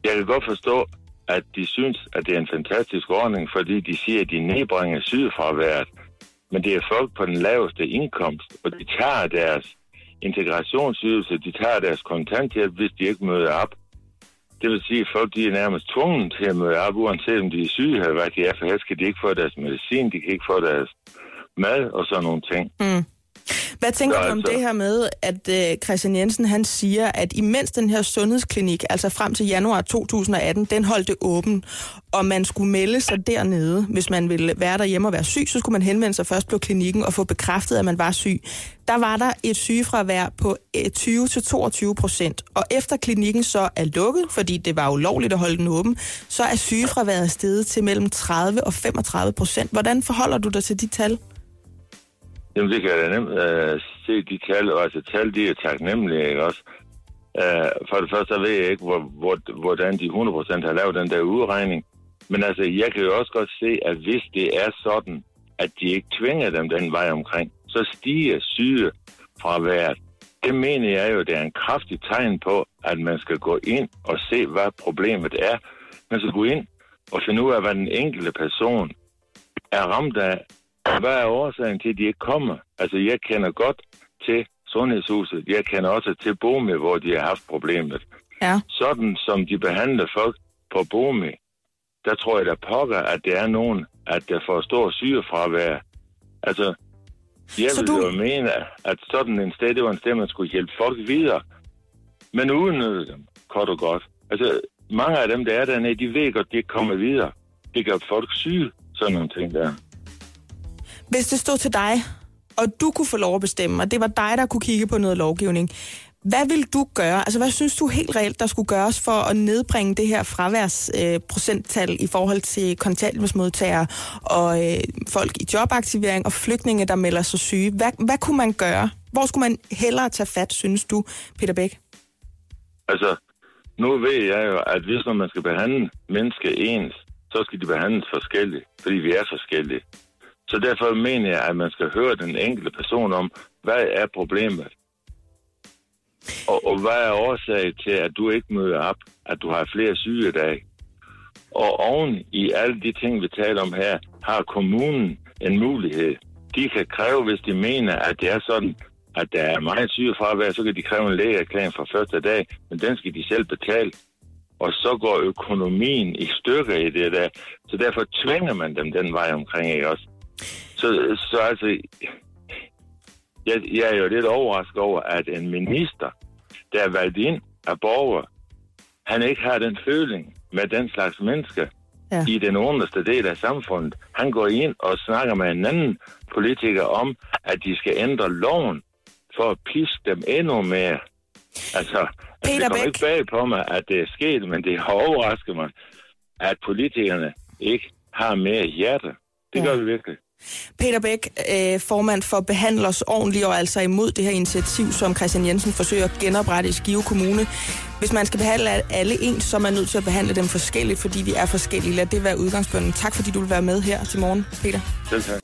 jeg kan godt forstå, at de synes, at det er en fantastisk ordning, fordi de siger, at de nedbringer sygefraværet. Men det er folk på den laveste indkomst, og de tager deres integrationsydelse, de tager deres kontanthjælp, hvis de ikke møder op. Det vil sige, at folk de er nærmest tvunget til at møde op, uanset om de er syge eller hvad de er, for her skal de ikke få deres medicin, de kan ikke få deres mad og sådan nogle ting. Mm. Hvad tænker Så du om altså, det her med, at øh, Christian Jensen han siger, at imens den her sundhedsklinik, altså frem til januar to tusind atten, den holdt det åben, og man skulle melde sig dernede, hvis man ville være derhjemme og være syg, så skulle man henvende sig først på klinikken og få bekræftet, at man var syg. Der var der et sygefravær på tyve til toogtyve procent, og efter klinikken så er lukket, fordi det var ulovligt at holde den åben, så er sygefraværet steget til mellem tredive og femogtredive procent. Hvordan forholder du dig til de tal? Jamen, det kan jeg da nemt uh, se de tal, og altså tal, de er taknemmelige, ikke også? Uh, for det første, så ved jeg ikke, hvor, hvor, hvordan de hundrede procent har lavet den der udregning. Men altså, jeg kan jo også godt se, at hvis det er sådan, at de ikke tvinger dem den vej omkring, så stiger sygefraværet. Det mener jeg jo, det er en kraftig tegn på, at man skal gå ind og se, hvad problemet er. Man skal gå ind og finde ud af, hvad den enkelte person er ramt af. Hvad er årsagen til, at de ikke kommer? Altså, jeg kender godt til sundhedshuset. Jeg kender også til Bomi, hvor de har haft problemet. Ja. Sådan som de behandler folk på Bomi, der tror jeg, der pokker, at det er nogen, at der får stor sygefravær. Altså, jeg vil du... jo mene, at sådan en sted, det var en sted, man skulle hjælpe folk videre. Men udnytte dem, kort og godt. Altså, mange af dem, der er dernede, de ved godt, de ikke kommer videre. Det gør folk syge, sådan nogle ting der. Hvis det stod til dig, og du kunne få lov at bestemme, og det var dig, der kunne kigge på noget lovgivning, hvad vil du gøre? Altså, hvad synes du helt reelt, der skulle gøres for at nedbringe det her fraværsprocenttal øh, i forhold til kontanthjælpsmodtagere og øh, folk i jobaktivering og flygtninge, der melder sig syge? Hvad, hvad kunne man gøre? Hvor skulle man hellere tage fat, synes du, Peter Bæk? Altså, nu ved jeg jo, at hvis man skal behandle mennesker ens, så skal de behandles forskelligt, fordi vi er forskellige. Så derfor mener jeg, at man skal høre den enkelte person om, hvad er problemet? Og, og hvad er årsagen til, at du ikke møder op, at du har flere sygedage? Og oven i alle de ting, vi taler om her, har kommunen en mulighed. De kan kræve, hvis de mener, at det er sådan, at der er meget sygefravær, så kan de kræve en lægeerklæring fra første dag, men den skal de selv betale. Og så går økonomien i stykker i det der. Så derfor tvinger man dem den vej omkring, ikke også? Så, så altså, jeg, jeg er jo lidt overrasket over, at en minister, der er valgt ind af borgere, han ikke har den føling med den slags mennesker ja. i den underste del af samfundet. Han går ind og snakker med en anden politiker om, at de skal ændre loven for at piske dem endnu mere. Altså, altså det kommer ikke bag på mig, at det er sket, men det har overrasket mig, at politikerne ikke har mere hjerte. Det ja. gør vi virkelig. Peter Bæk, øh, formand for Behandlers Ordentligt, og altså imod det her initiativ, som Christian Jensen forsøger at genoprette i Skive Kommune. Hvis man skal behandle alle ens, så er man nødt til at behandle dem forskelligt, fordi vi er forskellige. Lad det være udgangspunktet. Tak fordi du vil være med her til morgen, Peter. Selv tak.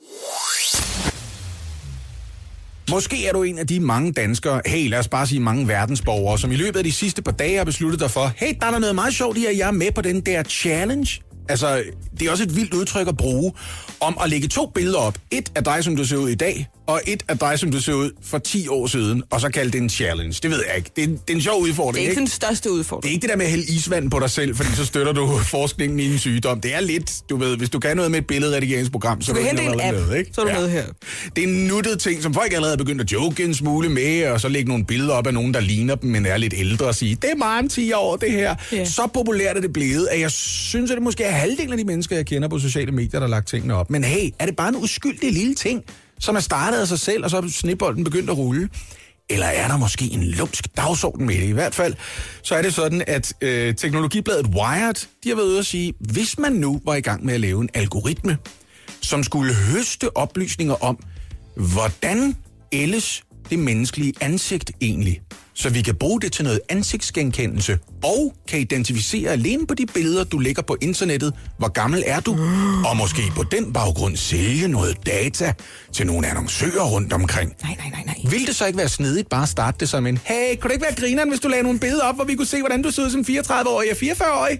Måske er du en af de mange danskere, hey lad os bare sige mange verdensborgere, som i løbet af de sidste par dage har besluttet dig for, hey, der er noget meget sjovt i, at jeg er med på den der challenge. Altså, det er også et vildt udtryk at bruge, om at lægge to billeder op. Et af dig, som du ser ud i dag, og et af dig, som du ser ud for ti år siden, og så kalde det en challenge. Det ved jeg ikke. Det er, det er en sjov udfordring, Det er ikke, ikke den største udfordring. Det er ikke det der med at hælde isvand på dig selv, fordi så støtter du forskningen i en sygdom. Det er lidt, du ved, hvis du kan noget med et billedredigeringsprogram, så du er du en app, med, ikke? Så er du ja. med her. Det er en nuttet ting, som folk allerede er begyndt at joke en smule med, og så lægge nogle billeder op af nogen, der ligner dem, men er lidt ældre, og sige, det er meget om ti år, det her. Yeah. Så populært er det blevet, at jeg synes, at det måske er halvdelen af de mennesker, jeg kender på sociale medier, der har lagt tingene op. Men hey, er det bare en uskyldig lille ting, som er startet af sig selv, og så er snibbolden begyndt at rulle? Eller er der måske en lumsk dagsorden med det? I hvert fald, så er det sådan, at øh, teknologibladet Wired, de har været ude at sige, hvis man nu var i gang med at lave en algoritme, som skulle høste oplysninger om, hvordan ellers det menneskelige ansigt egentlig? Så vi kan bruge det til noget ansigtsgenkendelse, og kan identificere alene på de billeder, du lægger på internettet, hvor gammel er du, og måske på den baggrund sælge noget data til nogle annoncører rundt omkring. Nej, nej, nej, nej. Vil det så ikke være snedigt bare at starte det som en, hey, kunne det ikke være grineren, hvis du lagde nogle billeder op, hvor vi kunne se, hvordan du så ud som fireogtredive-årig og fireogfyrre-årig?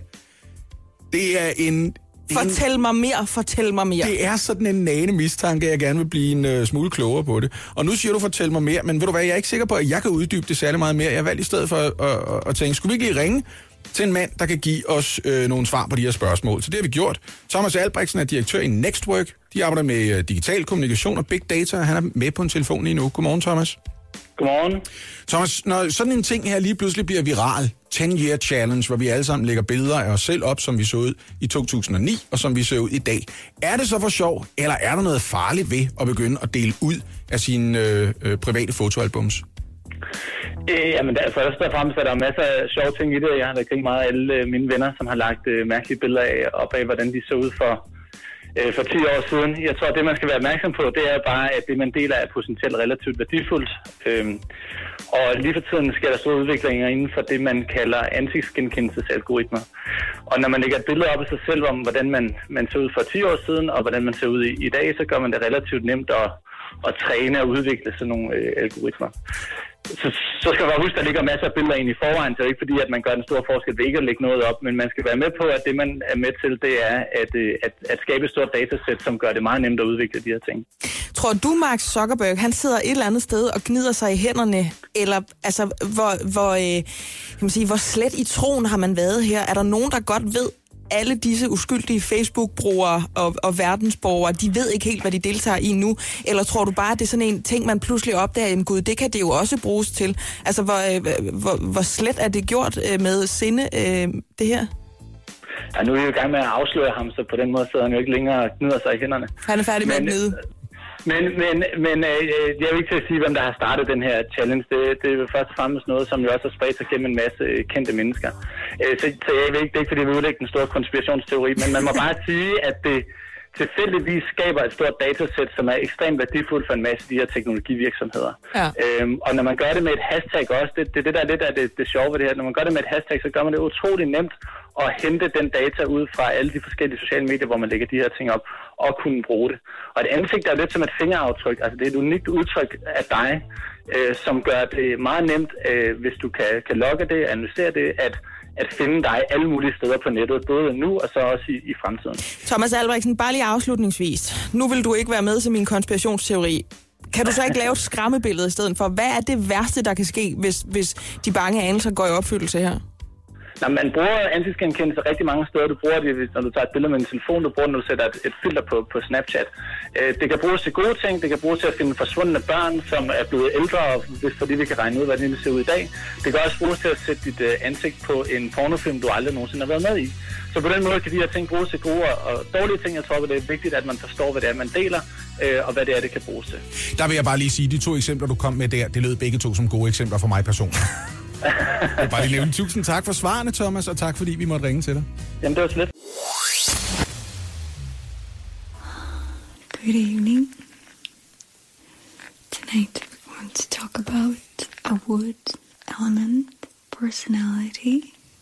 Det er en... Fortæl mig mere, fortæl mig mere. Det er sådan en nane mistanke, jeg gerne vil blive en uh, smule klogere på det. Og nu siger du, fortæl mig mere, men ved du hvad, jeg er ikke sikker på, at jeg kan uddybe det særlig meget mere. Jeg valgte i stedet for at, at, at, at tænke, skulle vi ikke lige ringe til en mand, der kan give os øh, nogle svar på de her spørgsmål? Så det har vi gjort. Thomas Albrechtsen er direktør i Nextwork. De arbejder med uh, digital kommunikation og big data, og han er med på en telefon lige nu. Godmorgen, Thomas. Godmorgen. Thomas, når sådan en ting her lige pludselig bliver viral, ten-year challenge, hvor vi alle sammen lægger billeder af os selv op, som vi så ud i to tusind og ni, og som vi ser ud i dag. Er det så for sjov, eller er der noget farligt ved at begynde at dele ud af sine øh, øh, private fotoalbums? Øh, jamen, der, først og fremmest er der masser af sjove ting i det. Jeg har da kring meget af alle øh, mine venner, som har lagt øh, mærkelige billeder af, op af, hvordan de så ud for, øh, for ti år siden. Jeg tror, at det, man skal være opmærksom på, det er bare, at det, man deler, er potentielt relativt værdifuldt. Øh, Og lige for tiden sker der store udviklinger inden for det, man kalder ansigtsgenkendelsesalgoritmer. Og når man lægger et billede op af sig selv om, hvordan man, man så ud for ti år siden, og hvordan man ser ud i, i dag, så gør man det relativt nemt at, at træne og udvikle sådan nogle øh, algoritmer. Så, så skal man bare huske, at der ligger masser af billeder ind i forvejen, så det er ikke fordi, at man gør den store forskel ved ikke at lægge noget op, men man skal være med på, at det, man er med til, det er at, at, at skabe et stort datasæt, som gør det meget nemt at udvikle de her ting. Tror du, Mark Zuckerberg, han sidder et eller andet sted og gnider sig i hænderne, eller altså, hvor, hvor, øh, kan man sige, hvor slet i troen har man været her? Er der nogen, der godt ved, alle disse uskyldige Facebook-brugere og, og verdensborgere, de ved ikke helt, hvad de deltager i nu? Eller tror du bare, at det er sådan en ting, man pludselig opdager, jamen gud, det kan det jo også bruges til? Altså, hvor, hvor, hvor slet er det gjort med sinde, øh, det her? Ja, nu er vi jo i gang med at afsløre ham, så på den måde sidder han jo ikke længere og gnider sig i hænderne. Han er færdig med at gnide. Men, men, men øh, jeg er jo ikke til at sige, hvem der har startet den her challenge. Det, det er jo først og fremmest noget, som jo også har spredt sig gennem en masse øh, kendte mennesker. Øh, så, så jeg ved ikke, det er ikke, fordi vi udlægger den store konspirationsteori, men man må bare sige, at det tilfældigvis skaber et stort datasæt, som er ekstremt værdifuldt for en masse af de her teknologivirksomheder. Ja. Øhm, og når man gør det med et hashtag også, det er det, det, der er lidt af det, det sjove ved det her, når man gør det med et hashtag, så gør man det utrolig nemt at hente den data ud fra alle de forskellige sociale medier, hvor man lægger de her ting op, og kunne bruge det. Og et ansigt er jo lidt som et fingeraftryk, altså det er et unikt udtryk af dig, øh, som gør det meget nemt, øh, hvis du kan, kan logge det, analysere det, at at finde dig alle mulige steder på nettet, både nu og så også i, i fremtiden. Thomas Albrechtsen, bare lige afslutningsvis. Nu vil du ikke være med til min konspirationsteori. Kan du så ikke lave et skræmmebillede i stedet for? Hvad er det værste, der kan ske, hvis, hvis de bange anelser går i opfyldelse her? Nå, man bruger ansigtsgenkendelse rigtig mange steder. Du bruger det, når du tager et billede med en telefon, du bruger det, når du sætter et, et filter på, på Snapchat. Øh, det kan bruges til gode ting, det kan bruges til at finde forsvundne børn, som er blevet ældre, fordi vi kan regne ud, hvordan det ser ud i dag. Det kan også bruges til at sætte dit uh, ansigt på en pornofilm, du aldrig nogensinde har været med i. Så på den måde kan de her ting bruges til gode og dårlige ting. Jeg tror, det er vigtigt, at man forstår, hvad det er, man deler, øh, og hvad det er, det kan bruges til. Der vil jeg bare lige sige, de to eksempler, du kom med der, det lød begge to som gode eksempler for mig personligt. Jeg bare lige nævne. Tusind tak for svarene, Thomas, og tak fordi vi måtte ringe til dig. Jamen, det var så lidt. Good evening. Tonight we want to talk about a wood element personality.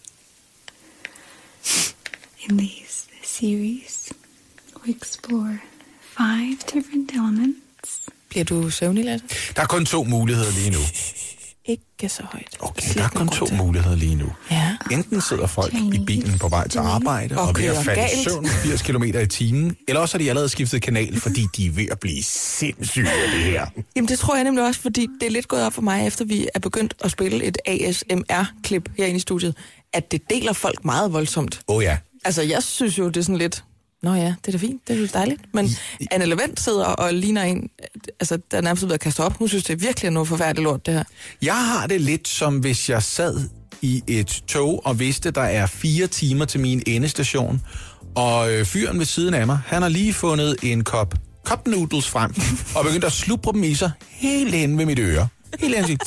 In this series, we explore five different elements. Bliver du søvnig, Lasse? Der er kun to muligheder lige nu. Ikke så højt. Okay, der er kun to muligheder lige nu. Ja. Enten sidder folk i bilen på vej til arbejde og, og ved at falde i søvn firs kilometer i timen, eller også har de allerede skiftet kanal, fordi de er ved at blive sindssyge af det her. Jamen det tror jeg nemlig også, fordi det er lidt gået op for mig, efter vi er begyndt at spille et A S M R-klip herinde i studiet, at det deler folk meget voldsomt. Åh oh, ja. Altså jeg synes jo, det er sådan lidt... Nå ja, det er da fint, det er jo dejligt. Men Anne Levent sidder og ligner en, altså der er nærmest ved at kaste op. Hun synes, det er virkelig noget forfærdeligt lort, det her. Jeg har det lidt som, hvis jeg sad i et tog og vidste, der er fire timer til min endestation, og øh, fyren ved siden af mig, han har lige fundet en kop cup noodles frem, og begyndt at slubre dem i sig helt inde ved mit øre. Helt inde.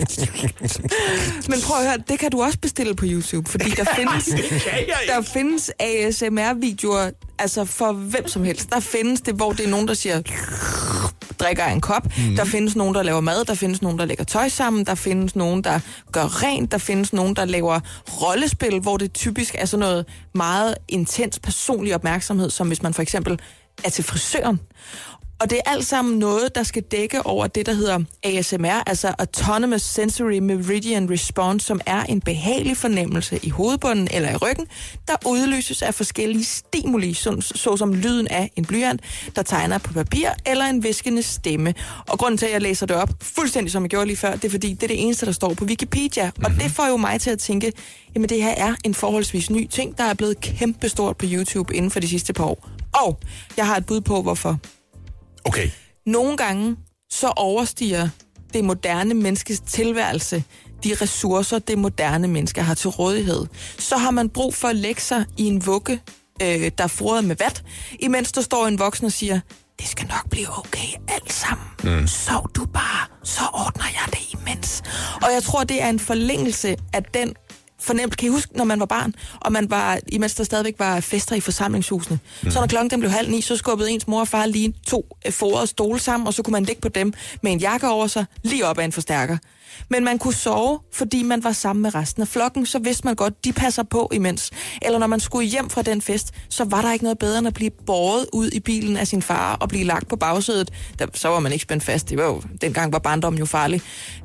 Men prøv at høre, det kan du også bestille på YouTube, fordi der findes, der findes A S M R-videoer, altså for hvem som helst. Der findes det, hvor det er nogen, der siger drikker af en kop. Mm. Der findes nogen, der laver mad. Der findes nogen, der lægger tøj sammen. Der findes nogen, der gør rent. Der findes nogen, der laver rollespil, hvor det typisk er sådan noget meget intens personlig opmærksomhed, som hvis man for eksempel er til frisøren. Og det er alt sammen noget, der skal dække over det, der hedder A S M R, altså Autonomous Sensory Meridian Response, som er en behagelig fornemmelse i hovedbunden eller i ryggen, der udløses af forskellige stimuli, såsom lyden af en blyant, der tegner på papir, eller en hviskende stemme. Og grunden til, at jeg læser det op, fuldstændig som jeg gjorde lige før, det er fordi, det er det eneste, der står på Wikipedia. Mm-hmm. Og det får jo mig til at tænke, jamen det her er en forholdsvis ny ting, der er blevet kæmpestort på YouTube inden for de sidste par år. Og jeg har et bud på, hvorfor. Okay. Nogle gange så overstiger det moderne menneskes tilværelse de ressourcer, det moderne menneske har til rådighed. Så har man brug for at lægge sig i en vugge, øh, der er frodet med vat, imens der står en voksen og siger, det skal nok blive okay alt sammen. Mm. Sov du bare, så ordner jeg det imens. Og jeg tror, det er en forlængelse af den fornemt. Kan I huske, når man var barn, og man var, imens der stadigvæk var fester i forsamlingshusene, mm. så når klokken den blev halv ni, så skubbede ens mor og far lige to fodrede stole sammen, og så kunne man ligge på dem med en jakke over sig, lige op af en forstærker. Men man kunne sove, fordi man var sammen med resten af flokken, så vidste man godt, de passer på imens. Eller når man skulle hjem fra den fest, så var der ikke noget bedre end at blive båret ud i bilen af sin far og blive lagt på bagsædet. Der, så var man ikke spændt fast. Det var jo, dengang var barndommen jo farlig.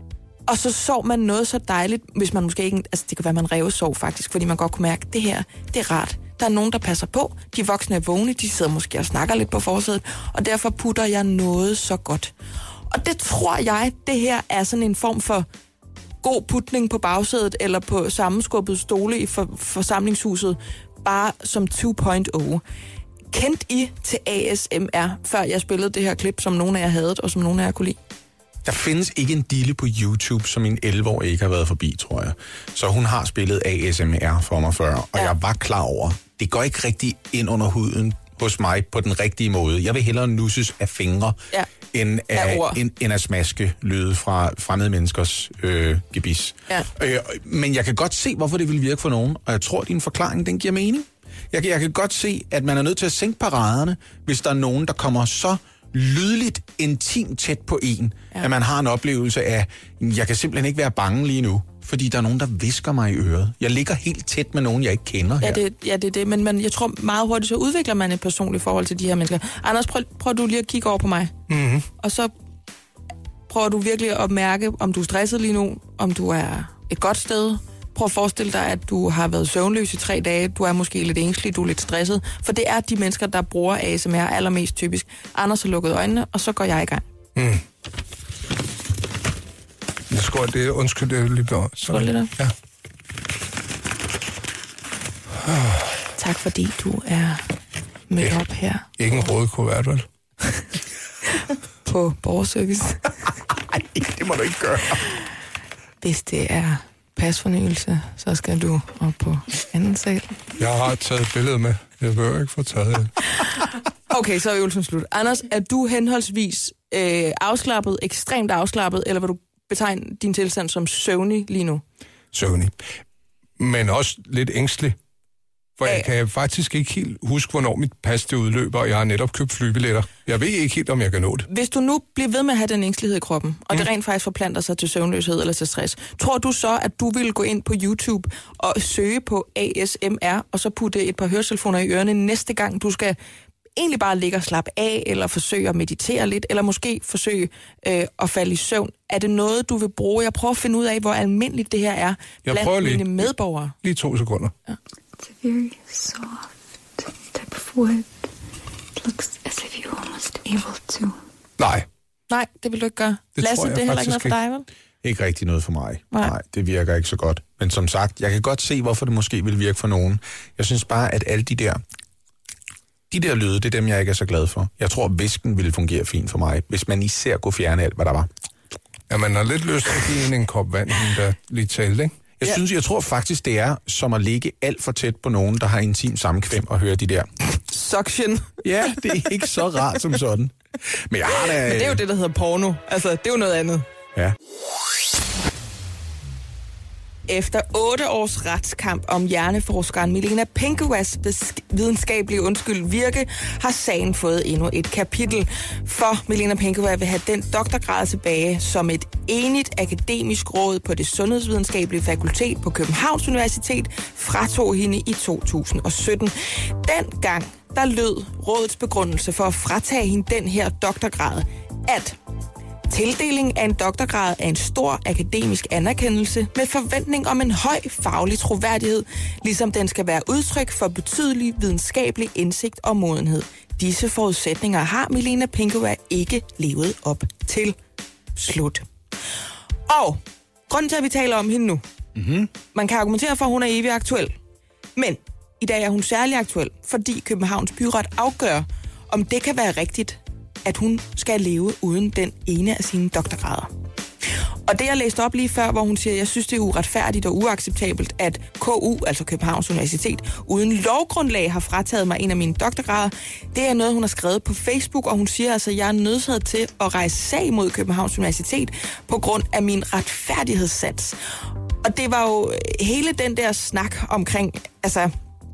Og så sov man noget så dejligt, hvis man måske ikke... Altså, det kan være, man revsov faktisk, fordi man godt kunne mærke, at det her, det er rart. Der er nogen, der passer på. De voksne er vågne, de sidder måske og snakker lidt på forsædet, og derfor putter jeg noget så godt. Og det tror jeg, det her er sådan en form for god putning på bagsædet, eller på sammenskubbet stole i for, forsamlingshuset, bare som to punkt nul. Kendte I til A S M R, før jeg spillede det her klip, som nogle af jer havde, og som nogle af jer kunne lide? Der findes ikke en dille på YouTube, som en elleve-årig ikke har været forbi, tror jeg. Så hun har spillet A S M R for mig før, og ja. jeg var klar over, det går ikke rigtig ind under huden hos mig på den rigtige måde. Jeg vil hellere nusses af fingre, ja. end, af, end, end at smaske lyde fra fremmede menneskers øh, gebis. Ja. Øh, men jeg kan godt se, hvorfor det vil virke for nogen, og jeg tror, at din forklaring, den giver mening. Jeg, jeg kan godt se, at man er nødt til at sænke paraderne, hvis der er nogen, der kommer så lydligt, intimt tæt på en, ja. at man har en oplevelse af, jeg kan simpelthen ikke være bange lige nu, fordi der er nogen, der hvisker mig i øret. Jeg ligger helt tæt med nogen, jeg ikke kender her. Ja, det, ja, det er det, men, men jeg tror meget hurtigt, så udvikler man et personligt forhold til de her mennesker. Anders, prøv, prøv du lige at kigge over på mig. Mm-hmm. Og så prøver du virkelig at mærke, om du er stresset lige nu, om du er et godt sted. Prøv at forestille dig, at du har været søvnløs i tre dage. Du er måske lidt ængstelig, du er lidt stresset. For det er de mennesker, der bruger A S M R allermest typisk. Anders har lukket øjnene, og så går jeg i gang. Mm. Jeg skår det. Undskyld, det er lige blå. Skål lidt op. Ja. Tak fordi du er mødt op her. Ikke en rød kuvert, vel? På borgerservice. Nej, det må du ikke gøre. Hvis det er pasfornyelse, så skal du op på anden sal. Jeg har taget et billede med. Jeg vil ikke få taget det. Okay, så er øvelsen slut. Anders, er du henholdsvis øh, afslappet, ekstremt afslappet, eller vil du betegne din tilstand som søvnig lige nu? Søvnig. Men også lidt ængstelig. For jeg kan faktisk ikke helt huske, hvornår mit pas det udløber, og jeg har netop købt flybilletter. Jeg ved ikke helt, om jeg kan nå det. Hvis du nu bliver ved med at have den ængstelighed i kroppen, og mm. det rent faktisk forplanter sig til søvnløshed eller til stress, tror du så, at du vil gå ind på YouTube og søge på A S M R, og så putte et par høretelefoner i ørerne næste gang, du skal egentlig bare ligge og slappe af, eller forsøge at meditere lidt, eller måske forsøge øh, at falde i søvn? Er det noget, du vil bruge? Jeg prøver at finde ud af, hvor almindeligt det her er blandt mine medborgere. Lige to sekunder. Ja. It's a very soft type of wood. It looks as if you're almost able to. Nej. Nej, det vil du ikke gøre. Det Lasse, det er heller ikke noget for dig, vel? Ikke rigtig noget for mig. Nej. Nej, det virker ikke så godt. Men som sagt, jeg kan godt se, hvorfor det måske vil virke for nogen. Jeg synes bare, at alle de der, de der lyde, det er dem, jeg ikke er så glad for. Jeg tror, at visken ville fungere fint for mig, hvis man især kunne fjerne alt, hvad der var. Ja, man har lidt lyst til at give en kop vand, der lige talte, ikke? Jeg ja. synes, jeg tror faktisk, det er som at ligge alt for tæt på nogen, der har intim sammenkvem og høre de der. Suction. Ja, det er ikke så rart som sådan. Men jeg har da... Men det er jo det, der hedder porno. Altså, det er jo noget andet. Ja. efter otte års retskamp om hjerneforskeren Milena Penkowas videnskabelige undskyld virke, har sagen fået endnu et kapitel. For Milena Penkowa vil have den doktorgrad tilbage, som et enigt akademisk råd på det sundhedsvidenskabelige fakultet på Københavns Universitet fratog hende i to tusind og sytten. Dengang der lød rådets begrundelse for at fratage hende den her doktorgrad, at tildeling af en doktorgrad er en stor akademisk anerkendelse med forventning om en høj faglig troværdighed, ligesom den skal være udtryk for betydelig videnskabelig indsigt og modenhed. Disse forudsætninger har Milena Penkowa ikke levet op til. Slut. Og grunden til, at vi taler om hende nu, mm-hmm. man kan argumentere for, at hun er evig aktuel. Men i dag er hun særlig aktuel, fordi Københavns Byret afgør, om det kan være rigtigt, at hun skal leve uden den ene af sine doktorgrader. Og det, jeg læste op lige før, hvor hun siger, at jeg synes, det er uretfærdigt og uacceptabelt, at K U, altså Københavns Universitet, uden lovgrundlag har frataget mig en af mine doktorgrader. Det er noget, hun har skrevet på Facebook, og hun siger altså, at jeg er nødsaget til at rejse sag mod Københavns Universitet på grund af min retfærdighedssans. Og det var jo hele den der snak omkring, altså...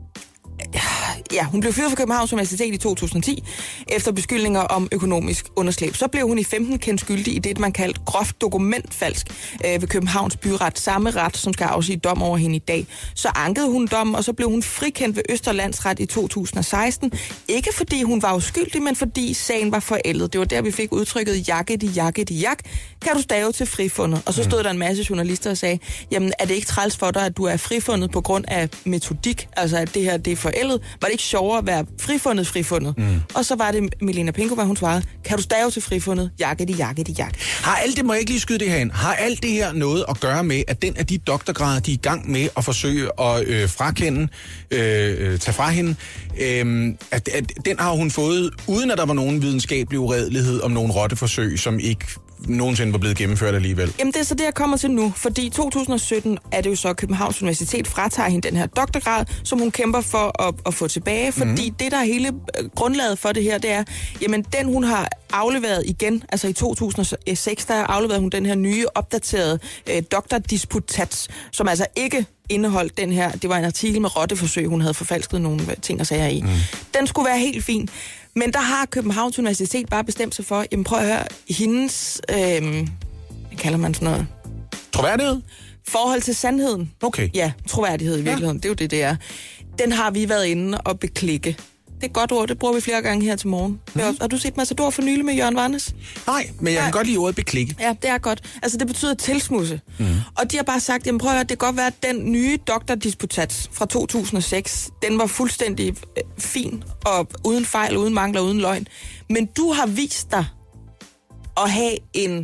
Ja, hun blev fyret fra Københavns Universitet i to tusind og ti efter beskyldninger om økonomisk underslæb. Så blev hun i femten kendt skyldig i det, man kaldte groft dokumentfalsk øh, ved Københavns Byret. Samme ret, som skal afsige dom over hende i dag. Så ankede hun dommen, og så blev hun frikendt ved Østerlandsret i to tusind og seksten. Ikke fordi hun var uskyldig, men fordi sagen var forældet. Det var der, vi fik udtrykket jakke de jakke de jak. Kan du stave til frifundet? Og så stod der en masse journalister og sagde, jamen er det ikke træls for dig, at du er frifundet på grund af metodik? Altså at det her, det er forældet. Var det ikke sjovere at være frifundet frifundet? Mm. Og så var det Milena Penkowa, hun svarede, kan du stave til frifundet? Jakke de jakke de jak. Har alt det, må jeg ikke lige skyde det herhen, har alt det her noget at gøre med, at den af de doktorgrader, de er i gang med at forsøge at øh, frakende, øh, tage fra hende, øh, at, at den har hun fået, uden at der var nogen videnskabelig uredelighed om nogen rotteforsøg, som ikke nogensinde var blevet gennemført alligevel? Jamen det er så det, jeg kommer til nu, fordi i to tusind og sytten er det jo så, Københavns Universitet fratager hende den her doktorgrad, som hun kæmper for at, at få tilbage, fordi mm-hmm. det, der er hele grundlaget for det her, det er, jamen den hun har afleveret igen, altså i to tusind og seks, der afleverede hun den her nye, opdaterede øh, doktordisputats, som altså ikke indeholdt den her, det var en artikel med rotteforsøg, hun havde forfalsket nogle ting og sager i. Mm. Den skulle være helt fin. Men der har Københavns Universitet bare bestemt sig for, jamen prøv at høre, hendes, øh, hvad kalder man sådan noget? Troværdighed? Forhold til sandheden. Okay. Ja, troværdighed i virkeligheden, ja. Det er jo det, det er. Den har vi været inde og beklikke. Det er et godt ord, det bruger vi flere gange her til morgen. Mm. Har du set Matador for nylig med Jørgen Varnes? Nej, men jeg kan ja. godt lide ordet beklikke. Ja, det er godt. Altså, det betyder tilsmudse. Mm. Og de har bare sagt, jamen prøv at høre, det kan godt være, at den nye doktordisputats fra to tusind og seks, den var fuldstændig øh, fin, og uden fejl, uden mangler, uden løgn. Men du har vist dig at have en...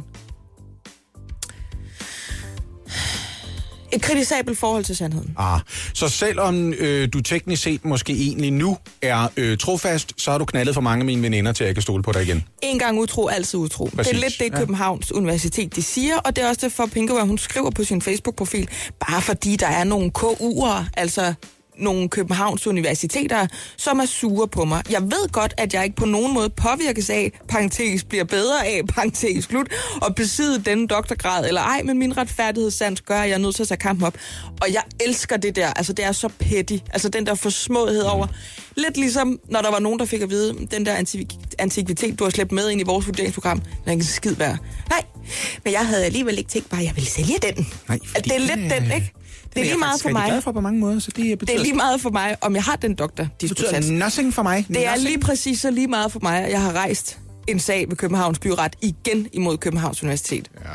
et kritisabelt forhold til sandheden. Ah, så selvom øh, du teknisk set måske egentlig nu er øh, trofast, så har du knaldet for mange af mine veninder til, at jeg kan stole på dig igen. En gang utro, altid utro. Præcis. Det er lidt det, Københavns ja. Universitet de siger, og det er også derfor, Penkowa, hun skriver på sin Facebook-profil, bare fordi der er nogle K U'ere, altså nogle Københavns Universiteter, som er sure på mig. Jeg ved godt, at jeg ikke på nogen måde påvirkes af, parentes bliver bedre af, parentes slut, og besidde denne doktorgrad, eller ej, men min retfærdighedssans gør, at jeg er nødt til at tage kampen op. Og jeg elsker det der, altså det er så petty, altså den der forsmåethed over. Lidt ligesom, når der var nogen, der fik at vide, den der antikvitet, du har slæbt med ind i vores vurderingsprogram, den er ikke skid værd. Nej, men jeg havde alligevel ikke tænkt bare, at jeg ville sælge den. Nej, at det er lidt den, ikke? Det er lige meget for mig. Det er for på mange måder, så det betyder... Det er lige meget for mig, om jeg har den doktordisputats. Det betyder nothing for mig. Det er lige præcis så lige meget for mig, at jeg har rejst en sag ved Københavns Byret igen imod Københavns Universitet. Ja.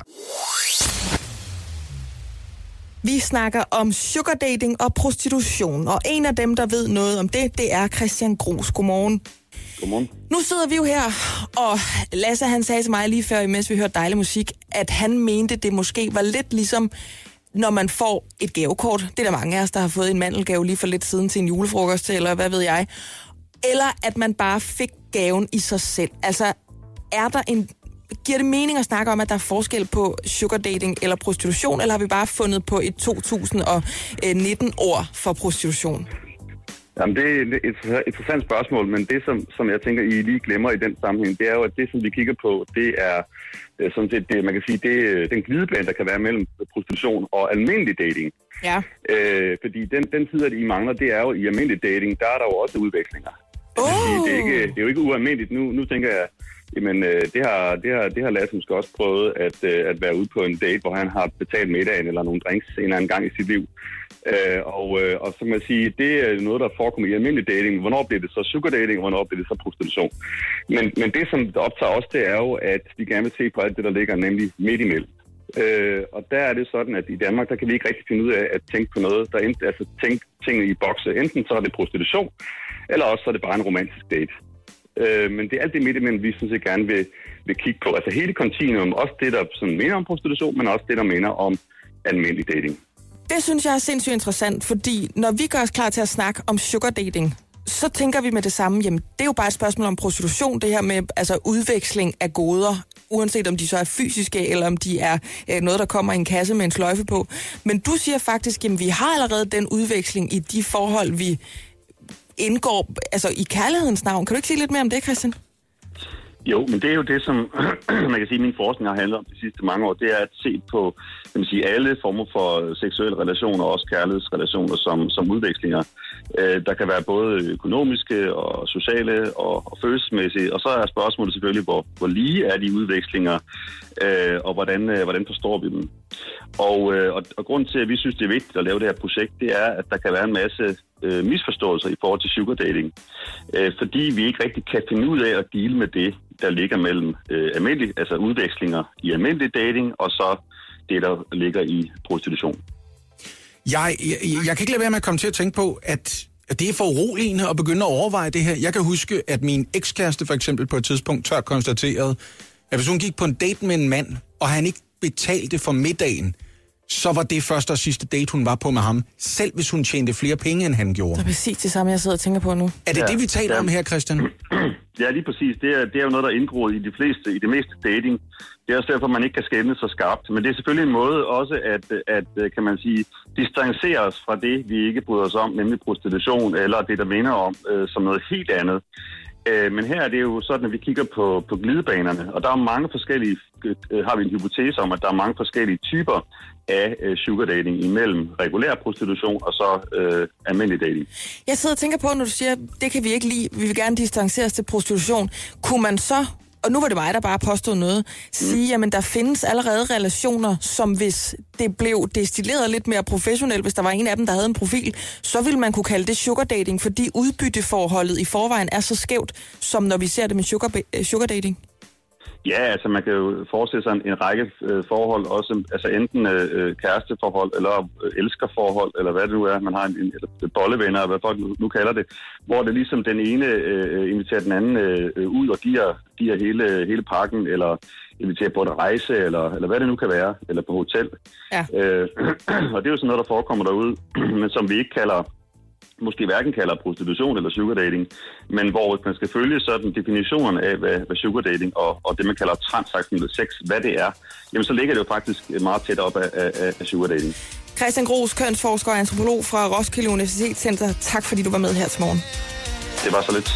Vi snakker om sugar dating og prostitution, og en af dem, der ved noget om det, det er Christian Grus. Godmorgen. Godmorgen. Nu sidder vi jo her, og Lasse han sagde til mig lige før, mens vi hørte dejlig musik, at han mente, det måske var lidt ligesom... når man får et gavekort. Det er der mange af os, der har fået en mandelgave lige for lidt siden til en julefrokost, eller hvad ved jeg. Eller at man bare fik gaven i sig selv. Altså, er der en... giver det mening at snakke om, at der er forskel på sugar dating eller prostitution, eller har vi bare fundet på et to tusind nitten-ord for prostitution? Jamen, det er et interessant spørgsmål, men det, som, som jeg tænker, I lige glemmer i den sammenhæng, det er jo, at det, som vi kigger på, det er sådan set, det, man kan sige, det er den glidebane, der kan være mellem prostitution og almindelig dating. Ja. Øh, fordi den, den side, at I mangler, det er jo i almindelig dating, der er der jo også udvekslinger. Oh. Det, er ikke, det er jo ikke ualmindeligt. Nu, nu tænker jeg, jamen øh, det har, det har, det har Lasse måske også prøvet at, øh, at være ude på en date, hvor han har betalt middagen eller nogle drinks en eller anden gang i sit liv. Øh, og, øh, og så kan man sige, det er noget, der forekommer i almindelig dating. Hvornår bliver det så sugar dating, og hvornår bliver det så prostitution? Men, men det, som optager os, det er jo, at vi gerne vil se på alt det, der ligger nemlig midt imellem. Øh, og der er det sådan, at i Danmark, der kan vi ikke rigtig finde ud af at tænke på noget, der enten, altså tænke tingene i bokse. Enten så er det prostitution, eller også så er det bare en romantisk date. Øh, men det er alt det midt imellem, vi sådan set gerne vil, vil kigge på. Altså hele kontinuum, også det, der sådan minder om prostitution, men også det, der minder om almindelig dating. Det synes jeg er sindssygt interessant, fordi når vi gør os klar til at snakke om sugar dating, så tænker vi med det samme, jamen det er jo bare et spørgsmål om prostitution, det her med altså udveksling af goder, uanset om de så er fysiske, eller om de er øh, noget, der kommer i en kasse med en sløjfe på. Men du siger faktisk, jamen vi har allerede den udveksling i de forhold, vi indgår, altså i kærlighedens navn. Kan du ikke sige lidt mere om det, Christian? Jo, men det er jo det, som man kan sige, min forskning har handlet om de sidste mange år. Det er at se på kan man sige, alle former for seksuelle relationer, også kærlighedsrelationer som, som udvekslinger. Øh, der kan være både økonomiske og sociale og, og følelsesmæssige. Og så er spørgsmålet selvfølgelig, hvor, hvor lige er de udvekslinger, øh, og hvordan, øh, hvordan forstår vi dem. Og, øh, og, og grunden til, at vi synes, det er vigtigt at lave det her projekt, det er, at der kan være en masse øh, misforståelser i forhold til sugar dating. Øh, fordi vi ikke rigtig kan finde ud af at deale med det, der ligger mellem øh, almindelig, altså udvekslinger i almindelig dating, og så det, der ligger i prostitution. Jeg, jeg, jeg kan ikke lade være med at komme til at tænke på, at, at det er for uroligende at begynde at overveje det her. Jeg kan huske, at min ekskæreste for eksempel på et tidspunkt tør konstaterede, at hvis hun gik på en date med en mand, og han ikke betalte for middagen, så var det første og sidste date, hun var på med ham, selv hvis hun tjente flere penge, end han gjorde. Det er præcis det samme, jeg sidder og tænker på nu. Er det ja, det, vi taler ja. om her, Christian? Ja, lige præcis. Det er, det er jo noget, der er indgroet i de fleste, i det meste dating. Det er også derfor, man ikke kan skelne så skarpt. Men det er selvfølgelig en måde også at, at kan man sige, distancere os fra det, vi ikke bryder os om, nemlig prostitution, eller det, der minder om, øh, som noget helt andet. Øh, men her er det jo sådan, at vi kigger på, på glidebanerne, og der er mange forskellige, øh, har vi en hypotese om, at der er mange forskellige typer af øh, sugar dating imellem regulær prostitution og så øh, almindelig dating. Jeg sidder og tænker på, når du siger, det kan vi ikke lide, vi vil gerne distancere os til prostitution. Kunne man så, og nu var det mig, der bare påstod noget, sige, mm. jamen der findes allerede relationer, som hvis det blev destilleret lidt mere professionelt, hvis der var en af dem, der havde en profil, så ville man kunne kalde det sugar dating, fordi udbytteforholdet i forvejen er så skævt, som når vi ser det med sugar, sugar dating. Ja, altså man kan jo forestille sig en, en række øh, forhold, også altså enten øh, kæresteforhold, eller øh, elskerforhold, eller hvad det nu er, man har en, en eller bollevenner, hvad folk nu, nu kalder det, hvor det ligesom den ene øh, inviterer den anden øh, ud og giver, giver hele, hele pakken, eller inviterer på en rejse, eller, eller hvad det nu kan være, eller på hotel. Ja. Øh, og det er jo sådan noget, der forekommer derude, men som vi ikke kalder måske hverken kalder prostitution eller sugar dating, men hvor man skal følge sådan definitionerne af, hvad, hvad sugar dating og, og det, man kalder transaktionel sex, hvad det er, jamen så ligger det jo faktisk meget tæt op af, af, af sugar dating. Christian Gros, kønsforsker og antropolog fra Roskilde Universitetscenter. Tak fordi du var med her til morgen. Det var så lidt.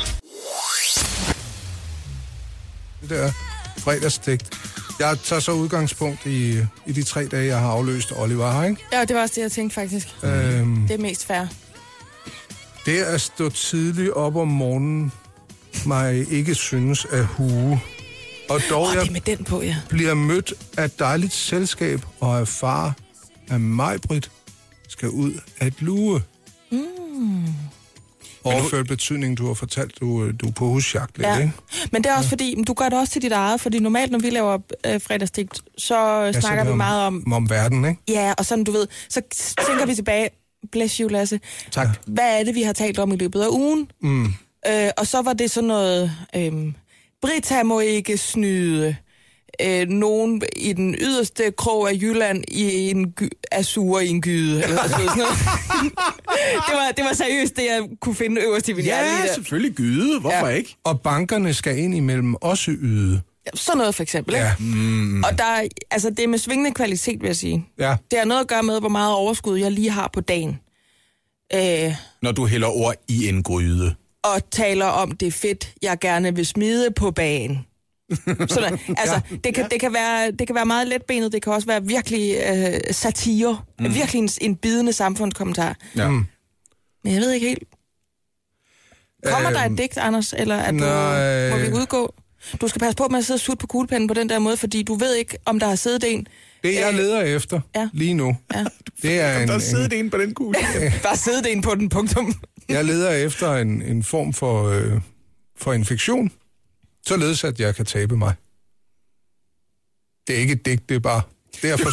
Det der fredagsdigt. Jeg tager så udgangspunkt i, i de tre dage, jeg har afløst Oliver her, ikke? Ja, det var også det, jeg tænkte faktisk. Øhm, det er mest fair. Det at stå tidligt op om morgenen, mig ikke synes at hue. Og dog oh, jeg med den på, ja. bliver mødt af dejligt selskab og erfare, at Maj-Brit skal ud af et lue. Mm. Overført betydning, du har fortalt, du, du er på husjagt lidt, ja. ikke? Men det er også ja. fordi, du gør det også til dit eget, fordi normalt, når vi laver øh, fredagsdigt, så ja, snakker så vi meget om... Om verden, ikke? Ja, og sådan, du ved, så tænker vi tilbage... Bless you, Lasse. Tak. Hvad er det, vi har talt om i løbet af ugen? Mm. Øh, og så var det sådan noget... Øh, Brita må ikke snyde. Øh, nogen i den yderste krog af Jylland i en gy- er sure i en gyde. Eller sådan noget. det, var, det var seriøst det, jeg kunne finde øverst i min hjerne. Ja, selvfølgelig gyde. Hvorfor ja. ikke? Og bankerne skal ind imellem også yde. Sådan noget for eksempel, ja. ikke? Mm. Og der, altså, det er med svingende kvalitet, vil jeg sige. Ja. Det har noget at gøre med, hvor meget overskud jeg lige har på dagen. Øh, Når du hælder ord i en gryde. Og taler om det fedt, jeg gerne vil smide på bagen. Sådan, altså, ja, det, kan, ja. det, kan være, det kan være meget letbenet, det kan også være virkelig øh, satire, mm. virkelig en, en bidende samfundskommentar. Ja. Mm. Men jeg ved ikke helt. Kommer øhm, der et digt, Anders, eller at nej, du, må vi udgå? Du skal passe på med at sidde og sutte på kuglepennen på den der måde, fordi du ved ikke, om der har siddet en. Det, jeg leder efter ja. lige nu, ja. det er en... Der er siddet en på den kugle. Der er siddet en på den, punktum. Jeg leder efter en, en form for, øh, for infektion, således at jeg kan tabe mig. Det er ikke et digt, det er bare... Det er for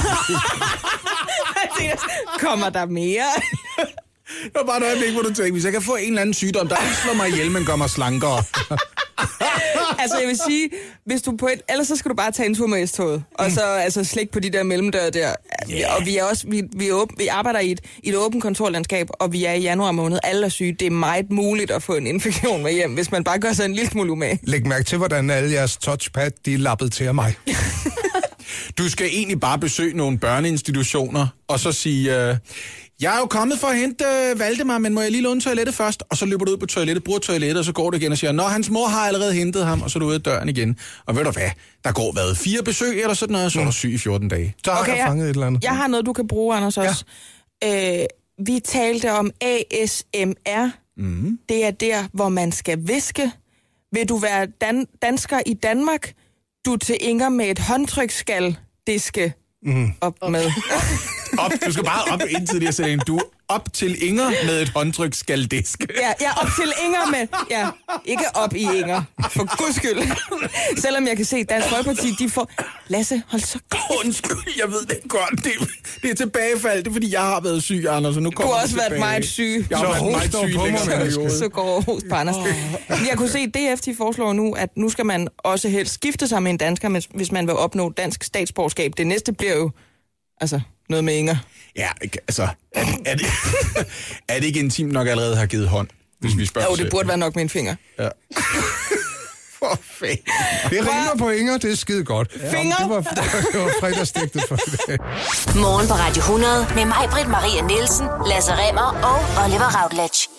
Kommer der mere? Det var bare et øjeblik, hvor du tænkte, hvis jeg kan få en eller anden sygdom, der ikke slår mig ihjel, men gør mig slankere. Altså, jeg vil sige, hvis du på et, ellers så skal du bare tage en tur med S-toget, og så altså slik på de der mellemdøre der. Yeah. Og vi er også, vi, vi, er åben, vi arbejder i et, i et åbent kontorlandskab, og vi er i januar måned. Alle er syge. Det er meget muligt at få en infektion med hjem, hvis man bare gør sig en lille smule umage. Læg mærke til, hvordan alle jeres touchpad, de er lappet til af mig. Du skal egentlig bare besøge nogle børneinstitutioner, og så sige... Øh, jeg er jo kommet for at hente uh, Valdemar, men må jeg lige låne toilettet først? Og så løber du ud på toilettet, bruger toilettet, og så går du igen og siger, nå, hans mor har allerede hentet ham, og så er du ude af døren igen. Og ved du hvad, der går hvad, fire besøg eller sådan noget, så er du syg i fjorten dage. Så har okay, jeg fanget et eller andet. Jeg har noget, du kan bruge, Anders, også. Ja. Øh, vi talte om A S M R. Mm. Det er der, hvor man skal viske. Vil du være dan- dansker i Danmark? Du til Inger med et håndtryk skal diske mm. op med. Op, du skal bare op indtil det, jeg siger, du op til Inger med et håndtryk skal diske. Ja, ja, op til Inger med, ja, ikke op i Inger, for guds skyld. Selvom jeg kan se, Dansk Folkeparti, de får... Lasse, hold så godt. Undskyld, jeg ved det godt. Det, det er tilbagefald, det er fordi, jeg har været syg, Anders, og nu kommer du har også været meget syg. Jeg har været meget syg længere. Så går host på Anders. Jeg kunne se, at D F de foreslår nu, at nu skal man også helst skifte sig med en dansker, hvis man vil opnå dansk statsborgerskab. Det næste bliver jo, altså... noget med Inger. Ja, altså, er det, er, det, er det ikke intimt nok allerede har givet hånd, hvis vi spørger? Jo, det burde være nok med en finger. Ja. For fanden. Det ringer på Inger, det er skide godt. Finger? Det var, det var fredagsdigtet for i dag. Morgen på Radio hundrede med mig, Britt Maria Nielsen, Lasse Remmer og Oliver Routledge.